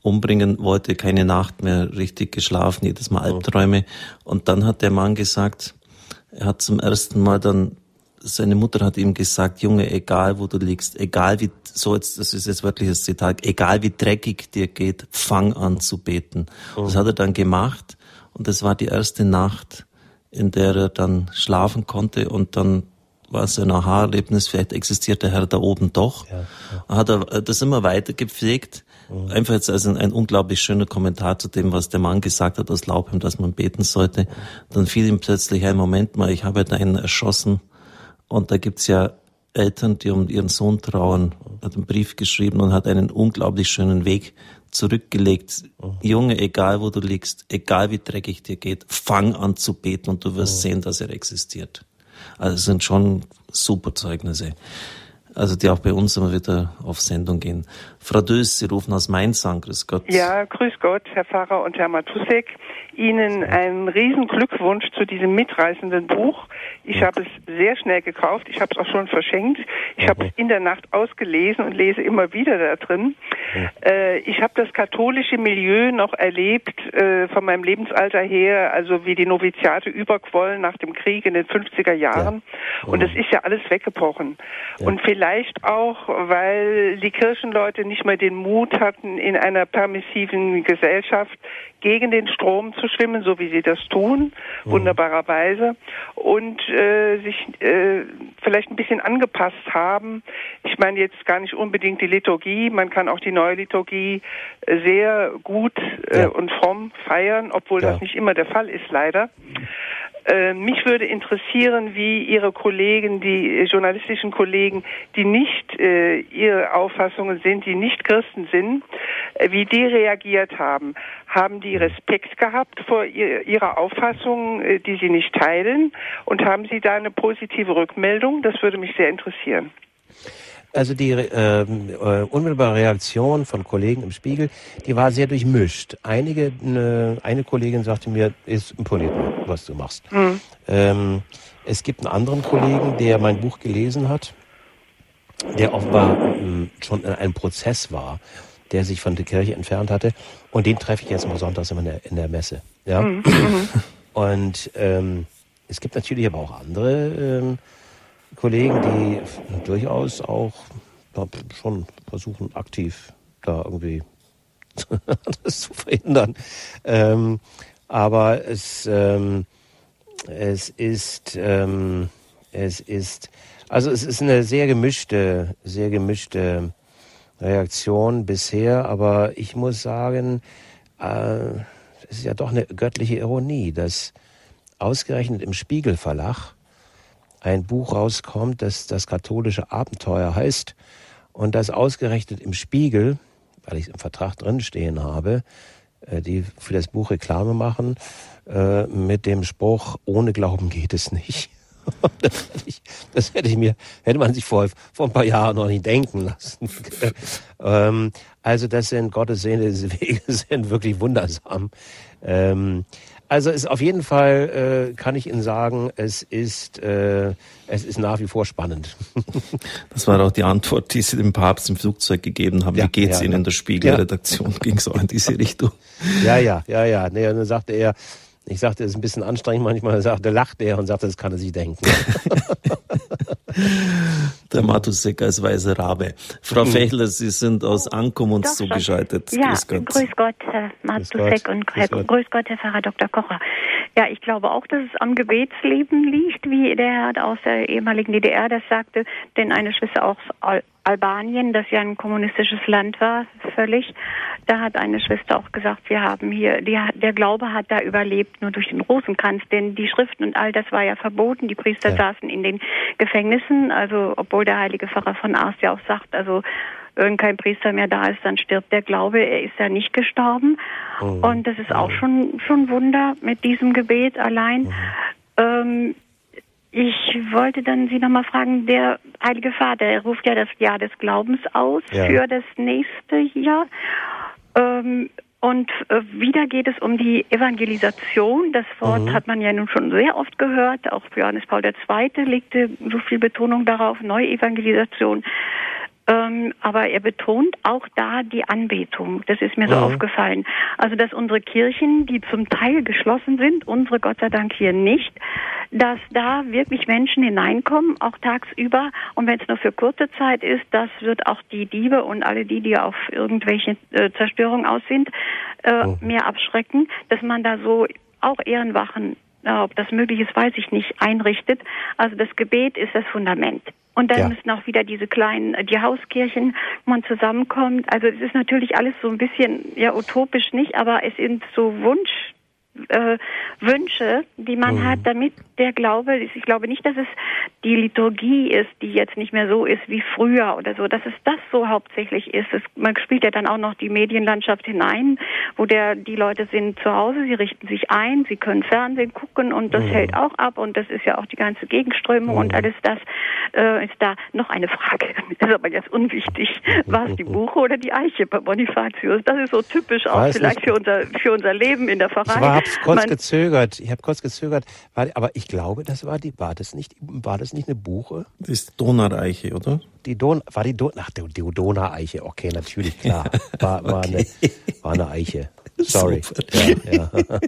umbringen wollte, keine Nacht mehr richtig geschlafen, jedes Mal Albträume. Und dann hat der Mann gesagt, er hat zum ersten Mal dann, seine Mutter hat ihm gesagt, Junge, egal wo du liegst, egal wie, so jetzt, das ist jetzt wirklich das Zitat, egal wie dreckig dir geht, fang an zu beten. Oh. Das hat er dann gemacht und das war die erste Nacht, in der er dann schlafen konnte und dann war es ein Aha-Erlebnis, vielleicht existiert der Herr da oben doch. Ja, ja. Hat er das immer weiter gepflegt. Mhm. Einfach jetzt als ein, ein unglaublich schöner Kommentar zu dem, was der Mann gesagt hat aus Laubheim, dass man beten sollte. Mhm. Dann fiel ihm plötzlich ein Moment mal, ich habe da einen erschossen und da gibt's ja Eltern, die um ihren Sohn trauern, hat einen Brief geschrieben und hat einen unglaublich schönen Weg zurückgelegt. Mhm. Junge, egal wo du liegst, egal wie dreckig dir geht, fang an zu beten und du wirst mhm. sehen, dass er existiert. Also es sind schon super Zeugnisse, also die auch bei uns immer wieder auf Sendung gehen. Frau Dös, Sie rufen aus Mainz an, grüß Gott. Ja, grüß Gott, Herr Pfarrer und Herr Matusek. Ihnen einen riesen Glückwunsch zu diesem mitreißenden Buch. Ich habe es sehr schnell gekauft, ich habe es auch schon verschenkt. Ich habe es in der Nacht ausgelesen und lese immer wieder da drin. Äh, ich habe das katholische Milieu noch erlebt, äh, von meinem Lebensalter her, also wie die Noviziate überquollen nach dem Krieg in den fünfziger Jahren. Ja. Und es ist ja alles weggebrochen. Ja. Und vielleicht auch, weil die Kirchenleute nicht mehr den Mut hatten, in einer permissiven Gesellschaft gegen den Strom zu schwimmen, so wie sie das tun, mhm. wunderbarerweise, und äh, sich äh, vielleicht ein bisschen angepasst haben. Ich meine jetzt gar nicht unbedingt die Liturgie, man kann auch die neue Liturgie sehr gut äh, ja. und fromm feiern, obwohl ja. das nicht immer der Fall ist, leider. Äh, mich würde interessieren, wie Ihre Kollegen, die äh, journalistischen Kollegen, die nicht äh, Ihre Auffassungen sind, die nicht Christen sind, äh, wie die reagiert haben. Haben die Respekt gehabt vor ihr, Ihrer Auffassung, äh, die Sie nicht teilen? Und haben Sie da eine positive Rückmeldung? Das würde mich sehr interessieren. Also die äh, äh, unmittelbare Reaktion von Kollegen im Spiegel, die war sehr durchmischt. Einige, ne, eine Kollegin sagte mir, ist imponiert, was du machst. Mhm. Ähm, es gibt einen anderen Kollegen, der mein Buch gelesen hat, der offenbar ähm, schon in einem Prozess war, der sich von der Kirche entfernt hatte. Und den treffe ich jetzt mal sonntags immer in der, in der Messe. Ja? Mhm. Und ähm, es gibt natürlich aber auch andere ähm, Kollegen, die durchaus auch schon versuchen, aktiv da irgendwie das zu verhindern. Ähm, aber es, ähm, es ist, ähm, es ist, also es ist eine sehr gemischte, sehr gemischte Reaktion bisher. Aber ich muss sagen, äh, es ist ja doch eine göttliche Ironie, dass ausgerechnet im Spiegel Verlag ein Buch rauskommt, das das katholische Abenteuer heißt und das ausgerechnet im Spiegel, weil ich es im Vertrag drinstehen habe, die für das Buch Reklame machen, mit dem Spruch, ohne Glauben geht es nicht. Das hätte ich, das hätte ich mir, hätte man sich vor, vor ein paar Jahren noch nicht denken lassen. ähm, also das sind Gottes Sehne, diese Wege sind wirklich wundersam. Ähm, Also es ist auf jeden Fall, äh, kann ich Ihnen sagen, es ist, äh, es ist nach wie vor spannend. Das war auch die Antwort, die Sie dem Papst im Flugzeug gegeben haben. Ja, Wie geht's ja, Ihnen ja. in der Spiegelredaktion? Ja. Ging so in diese Richtung. Ja, ja, ja, ja. Nee, und dann sagte er, ich sagte, es ist ein bisschen anstrengend manchmal, sagte, lachte er und sagte, das kann er sich denken. Der Matusek als weißer Rabe. Frau mhm. Fechler, Sie sind aus Ankum uns Doch, zugeschaltet. Ja, grüß Gott, grüß Gott Herr Matusek und grüß Gott. grüß Gott, Herr Pfarrer Doktor Kocher. Ja, ich glaube auch, dass es am Gebetsleben liegt, wie der Herr aus der ehemaligen D D R das sagte, denn eine Schwester aus Al- Albanien, das ja ein kommunistisches Land war, völlig, da hat eine Schwester auch gesagt, wir haben hier, die, der Glaube hat da überlebt, nur durch den Rosenkranz, denn die Schriften und all das war ja verboten, die Priester ja. saßen in den Gefängnissen, also obwohl der heilige Pfarrer von Ars ja auch sagt, also wenn kein Priester mehr da ist, dann stirbt der Glaube, er ist ja nicht gestorben. Oh. Und das ist auch schon schon Wunder mit diesem Gebet allein. Oh. Ähm, ich wollte dann Sie nochmal fragen, der Heilige Vater, er ruft ja das Jahr des Glaubens aus ja. für das nächste Jahr. Ähm, und äh, wieder geht es um die Evangelisation. Das Wort mhm. hat man ja nun schon sehr oft gehört. Auch Johannes Paul der Zweite legte so viel Betonung darauf, Neuevangelisation. Ähm, aber er betont auch da die Anbetung. Das ist mir so mhm. aufgefallen. Also, dass unsere Kirchen, die zum Teil geschlossen sind, unsere Gott sei Dank hier nicht, dass da wirklich Menschen hineinkommen, auch tagsüber. Und wenn es nur für kurze Zeit ist, das wird auch die Diebe und alle die, die auf irgendwelche äh, Zerstörung aus sind, äh, mhm. mehr abschrecken, dass man da so auch Ehrenwachen, äh, ob das möglich ist, weiß ich nicht, einrichtet. Also das Gebet ist das Fundament. Und dann ja. müssen auch wieder diese kleinen, die Hauskirchen, wo man zusammenkommt. Also es ist natürlich alles so ein bisschen, ja, utopisch nicht, aber es sind so Wunsch, äh, Wünsche, die man mhm. hat, damit der Glaube, ich glaube nicht, dass es die Liturgie ist, die jetzt nicht mehr so ist wie früher oder so, dass es das so hauptsächlich ist. Es, man spielt ja dann auch noch die Medienlandschaft hinein, wo der, die Leute sind zu Hause, sie richten sich ein, sie können Fernsehen gucken und das mhm. hält auch ab und das ist ja auch die ganze Gegenströmung mhm. und alles das äh, ist da. Noch eine Frage, ist aber jetzt unwichtig. War es die Buche oder die Eiche bei Bonifatius? Das ist so typisch auch vielleicht für unser, für unser Leben in der Pfarrei. Ich habe kurz Man, gezögert. Ich habe kurz gezögert, war, aber ich glaube, das war die. War das nicht? War das nicht eine Buche? Das ist die Donaueiche, oder? Die Don, war die Don, ach die, die Donaueiche. Okay, natürlich klar. War, war, okay. eine, war eine Eiche. Sorry. Ja,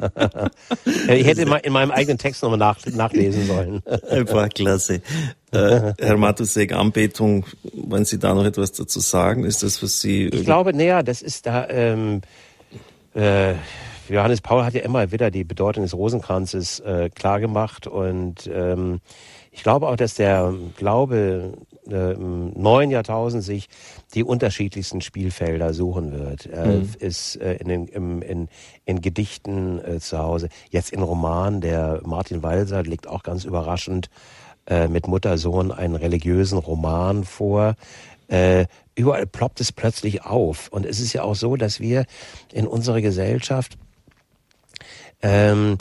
ja. Ich hätte mal in meinem eigenen Text nochmal nach, nachlesen sollen. Einfach klasse. Äh, Herr Matusek, Anbetung, wollen Sie da noch etwas dazu sagen? Ist das für Sie? Ich glaube, naja, das ist da. Ähm, äh, Johannes Paul hat ja immer wieder die Bedeutung des Rosenkranzes äh, klargemacht und ähm, ich glaube auch, dass der Glaube äh, im neuen Jahrtausend sich die unterschiedlichsten Spielfelder suchen wird. Er mhm. ist äh, in, den, im, in, in Gedichten äh, zu Hause, jetzt in Romanen, der Martin Walser legt auch ganz überraschend äh, mit Mutter-Sohn einen religiösen Roman vor. Äh, überall ploppt es plötzlich auf und es ist ja auch so, dass wir in unserer Gesellschaft Ähm,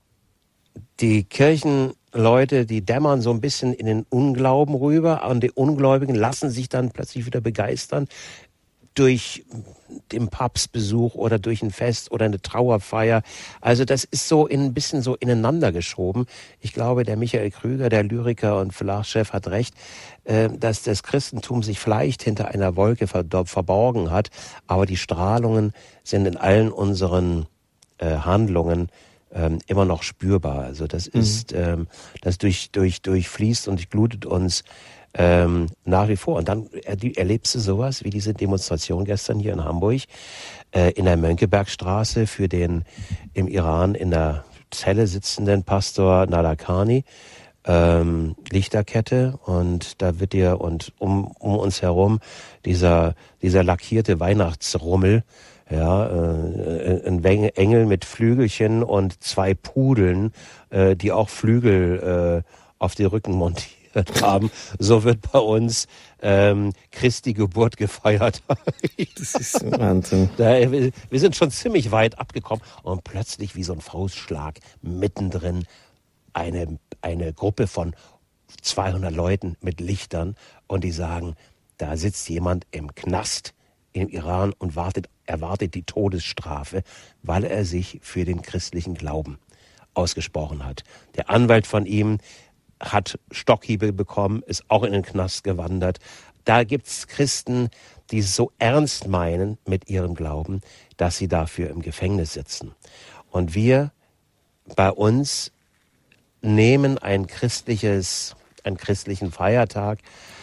die Kirchenleute, die dämmern so ein bisschen in den Unglauben rüber und die Ungläubigen lassen sich dann plötzlich wieder begeistern durch den Papstbesuch oder durch ein Fest oder eine Trauerfeier. Also das ist so in, ein bisschen so ineinander geschoben. Ich glaube, der Michael Krüger, der Lyriker und Verlagschef, hat recht, äh, dass das Christentum sich vielleicht hinter einer Wolke ver- verborgen hat, aber die Strahlungen sind in allen unseren Äh, Handlungen ähm, immer noch spürbar. Also das mhm. ist, ähm, das durch, durch, durchfließt und durchblutet uns ähm, nach wie vor. Und dann er, erlebst du sowas wie diese Demonstration gestern hier in Hamburg äh, in der Mönckebergstraße für den im Iran in der Zelle sitzenden Pastor Nalakani. Ähm, Lichterkette und da wird dir und um, um uns herum dieser, dieser lackierte Weihnachtsrummel. Ja, äh, ein Engel mit Flügelchen und zwei Pudeln, äh, die auch Flügel äh, auf die Rücken montiert haben. So wird bei uns ähm, Christi Geburt gefeiert. Das ist Wahnsinn. Da, wir, wir sind schon ziemlich weit abgekommen und plötzlich wie so ein Faustschlag mittendrin eine, eine Gruppe von zweihundert Leuten mit Lichtern und die sagen, da sitzt jemand im Knast im Iran und wartet, erwartet die Todesstrafe, weil er sich für den christlichen Glauben ausgesprochen hat. Der Anwalt von ihm hat Stockhiebe bekommen, ist auch in den Knast gewandert. Da gibt's Christen, die es so ernst meinen mit ihrem Glauben, dass sie dafür im Gefängnis sitzen. Und wir bei uns nehmen ein christliches, einen christlichen Feiertag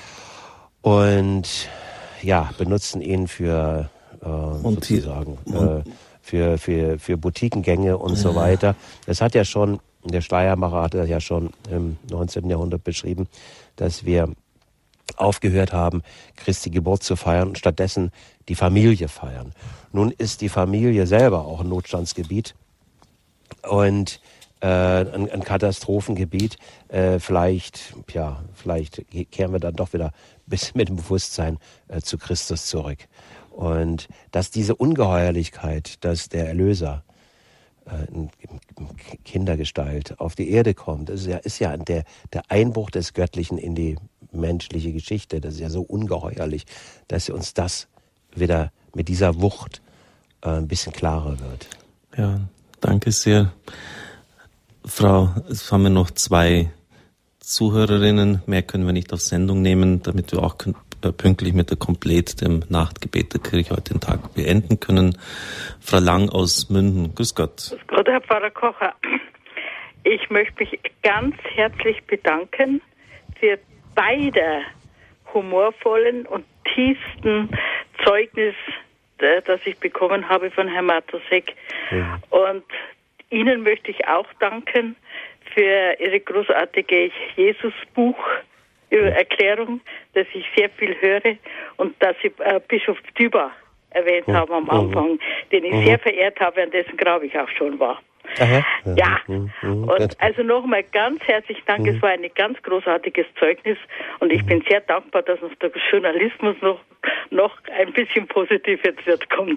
und ja, benutzen ihn für äh, und sozusagen äh, für für für Boutiquengänge und ja. so weiter. Das hat ja schon der Schleiermacher hat das ja schon im neunzehnten Jahrhundert beschrieben, dass wir aufgehört haben, Christi Geburt zu feiern und stattdessen die Familie feiern. Nun ist die Familie selber auch ein Notstandsgebiet und äh, ein, ein Katastrophengebiet. Äh, vielleicht, ja, vielleicht kehren wir dann doch wieder bis mit dem Bewusstsein äh, zu Christus zurück. Und dass diese Ungeheuerlichkeit, dass der Erlöser äh, in, in Kindergestalt auf die Erde kommt, das ist ja, ist ja der, der Einbruch des Göttlichen in die menschliche Geschichte. Das ist ja so ungeheuerlich, dass uns das wieder mit dieser Wucht äh, ein bisschen klarer wird. Ja, danke sehr. Frau, es haben wir noch zwei Zuhörerinnen, mehr können wir nicht auf Sendung nehmen, damit wir auch äh, pünktlich mit der Komplett, dem Nachtgebet der Kirche heute den Tag beenden können. Frau Lang aus Münden, grüß Gott. Grüß Gott, Herr Pfarrer Kocher. Ich möchte mich ganz herzlich bedanken für beide humorvollen und tiefsten Zeugnis, das ich bekommen habe von Herrn Matusek. Ja. Und Ihnen möchte ich auch danken für Ihre großartige Jesus-Buch-Erklärung, dass ich sehr viel höre und dass Sie äh, Bischof Düber erwähnt mhm. haben am Anfang, den ich mhm. sehr verehrt habe, an dessen Grab ich auch schon war. Aha. Ja, und also nochmal ganz herzlich Dank, es war ein ganz großartiges Zeugnis und ich bin sehr dankbar, dass uns der Journalismus noch, noch ein bisschen positiv jetzt wird kommt.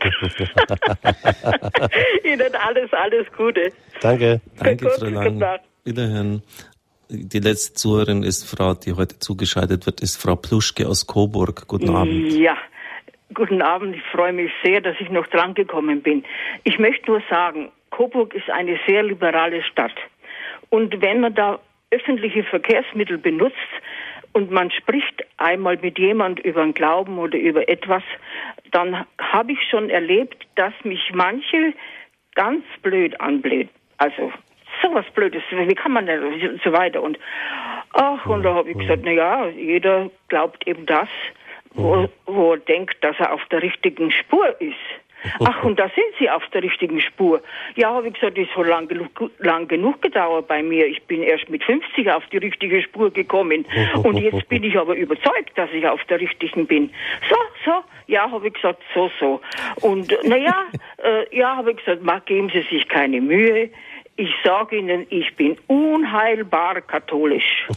Ihnen alles, alles Gute. Danke. Danke, Frau Lang. Wiederhören. Die letzte Zuhörerin ist Frau, die heute zugeschaltet wird, ist Frau Pluschke aus Coburg. Guten Abend. Ja. Guten Abend, ich freue mich sehr, dass ich noch dran gekommen bin. Ich möchte nur sagen, Coburg ist eine sehr liberale Stadt. Und wenn man da öffentliche Verkehrsmittel benutzt und man spricht einmal mit jemand über den Glauben oder über etwas, dann habe ich schon erlebt, dass mich manche ganz blöd anbläht. Also sowas Blödes, wie kann man denn und so weiter. Und ach, und da habe ich gesagt, na ja, jeder glaubt eben das, Wo, wo er denkt, dass er auf der richtigen Spur ist. Ach, und da sind Sie auf der richtigen Spur. Ja, habe ich gesagt, das hat lang genug, lang genug gedauert bei mir. Ich bin erst mit fünfzig auf die richtige Spur gekommen. Und jetzt bin ich aber überzeugt, dass ich auf der richtigen bin. So, so, ja, habe ich gesagt, so, so. Und naja, äh, ja, habe ich gesagt, ma, geben Sie sich keine Mühe. Ich sage Ihnen, ich bin unheilbar katholisch.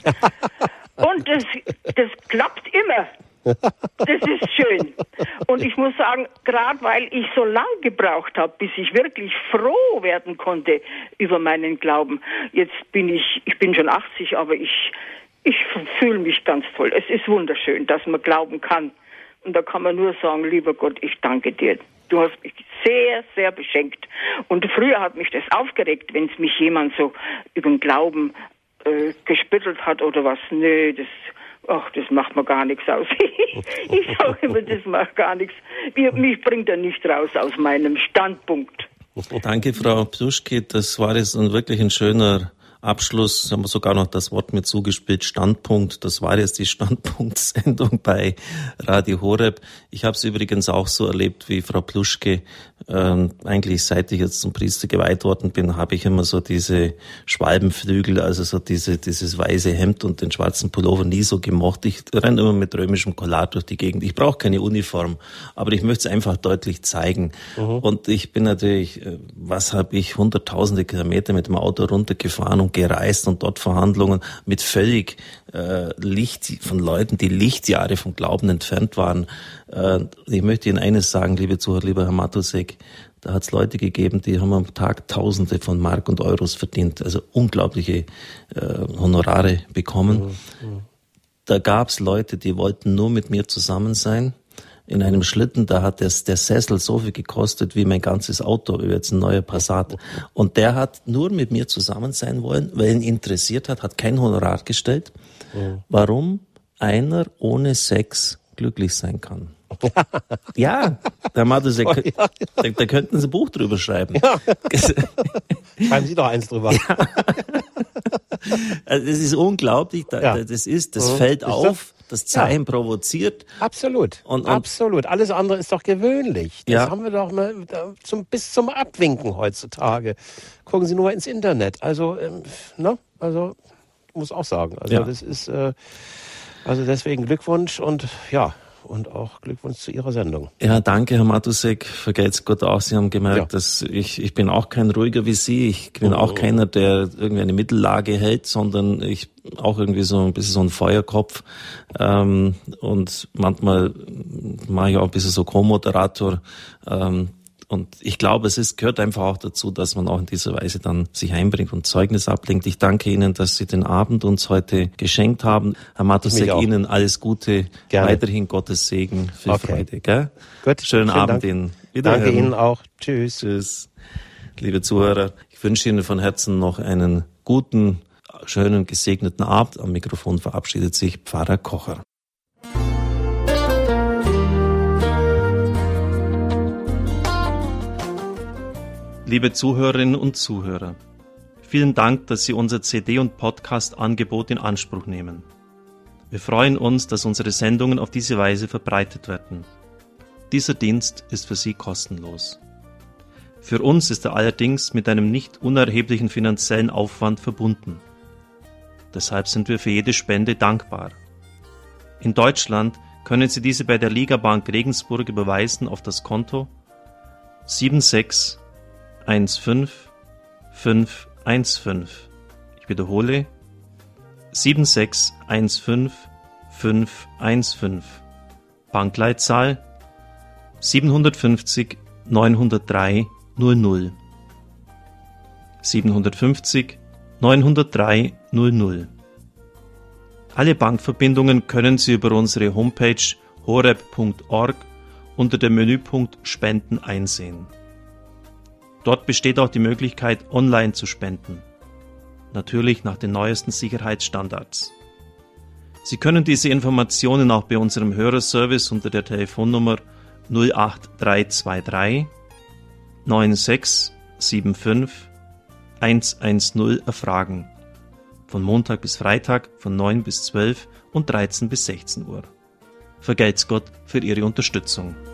Und das, das klappt immer. Das ist schön. Und ich muss sagen, gerade weil ich so lang gebraucht habe, bis ich wirklich froh werden konnte über meinen Glauben. Jetzt bin ich, ich bin schon achtzig, aber ich, ich fühle mich ganz toll. Es ist wunderschön, dass man glauben kann. Und da kann man nur sagen, lieber Gott, ich danke dir. Du hast mich sehr, sehr beschenkt. Und früher hat mich das aufgeregt, wenn es mich jemand so über den Glauben äh, gespüttelt hat oder was. Nö, das... Ach, das macht mir gar nichts aus. Ich sage immer, das macht gar nichts. Mich bringt er nicht raus aus meinem Standpunkt. Danke, Frau Pluschke. Das war jetzt ein wirklich ein schöner Abschluss. Haben wir sogar noch das Wort mit zugespielt, Standpunkt. Das war jetzt die Standpunktsendung bei Radio Horeb. Ich habe es übrigens auch so erlebt wie Frau Pluschke. Ähm, eigentlich seit ich jetzt zum Priester geweiht worden bin, habe ich immer so diese Schwalbenflügel, also so diese dieses weiße Hemd und den schwarzen Pullover nie so gemocht. Ich renne immer mit römischem Collar durch die Gegend. Ich brauche keine Uniform, aber ich möchte es einfach deutlich zeigen. Mhm. Und ich bin natürlich, was habe ich, hunderttausende Kilometer mit dem Auto runtergefahren und gereist und dort Verhandlungen mit völlig äh, Licht von Leuten, die Lichtjahre vom Glauben entfernt waren. Äh, ich möchte Ihnen eines sagen, liebe Zuhörer, lieber Herr Matusek, da hat es Leute gegeben, die haben am Tag Tausende von Mark und Euros verdient, also unglaubliche äh, Honorare bekommen. Mhm. Mhm. Da gab es Leute, die wollten nur mit mir zusammen sein. In einem Schlitten, da hat das, der Sessel so viel gekostet wie mein ganzes Auto, wie jetzt ein neuer Passat. Und der hat nur mit mir zusammen sein wollen, weil ihn interessiert hat, hat kein Honorar gestellt, mhm. warum einer ohne Sex glücklich sein kann. Ja, der Matusek, oh, ja. da, da könnten Sie ein Buch drüber schreiben. Ja. Schreiben Sie doch eins drüber. Ja. Also das ist unglaublich, da, ja. das ist, das mhm. fällt ist auf, das Zeichen ja. provoziert. Absolut, und, und absolut. Alles andere ist doch gewöhnlich. Das ja. haben wir doch mal zum, bis zum Abwinken heutzutage. Gucken Sie nur mal ins Internet. Also, ähm, ne? Also, ich muss auch sagen, also ja. das ist, äh, also deswegen Glückwunsch und ja, und auch Glückwunsch zu Ihrer Sendung. Ja, danke, Herr Matusek. Vergelt's Gott auch. Sie haben gemerkt, ja. dass ich, ich bin auch kein ruhiger wie Sie. Ich bin oh. auch keiner, der irgendwie eine Mittellage hält, sondern ich auch irgendwie so ein bisschen so ein Feuerkopf. Ähm, und manchmal mache ich auch ein bisschen so Co-Moderator. Ähm, Und ich glaube, es ist, gehört einfach auch dazu, dass man auch in dieser Weise dann sich einbringt und Zeugnis ablenkt. Ich danke Ihnen, dass Sie den Abend uns heute geschenkt haben. Herr Matusek, Ihnen alles Gute, Gerne. Weiterhin Gottes Segen, viel okay. Freude. Gell? Gut, schönen Abend Dank. Ihnen. Wiederhören. Danke Ihnen auch. Tschüss. Tschüss. Liebe Zuhörer, ich wünsche Ihnen von Herzen noch einen guten, schönen, gesegneten Abend. Am Mikrofon verabschiedet sich Pfarrer Kocher. Liebe Zuhörerinnen und Zuhörer, vielen Dank, dass Sie unser C D- und Podcast-Angebot in Anspruch nehmen. Wir freuen uns, dass unsere Sendungen auf diese Weise verbreitet werden. Dieser Dienst ist für Sie kostenlos. Für uns ist er allerdings mit einem nicht unerheblichen finanziellen Aufwand verbunden. Deshalb sind wir für jede Spende dankbar. In Deutschland können Sie diese bei der Ligabank Regensburg überweisen auf das Konto sieben sechs eins fünf fünf eins fünf. Ich wiederhole sieben sechs eins fünf fünf eins fünf. Bankleitzahl siebenhundertfünfzig neunhundertdrei null null. siebenhundertfünfzig neunhundertdrei null null. Alle Bankverbindungen können Sie über unsere Homepage horeb punkt org unter dem Menüpunkt Spenden einsehen. Dort besteht auch die Möglichkeit, online zu spenden. Natürlich nach den neuesten Sicherheitsstandards. Sie können diese Informationen auch bei unserem Hörerservice unter der Telefonnummer null acht drei zwei drei neun sechs sieben fünf eins eins null erfragen. Von Montag bis Freitag von neun bis zwölf und dreizehn bis sechzehn Uhr. Vergelt's Gott für Ihre Unterstützung.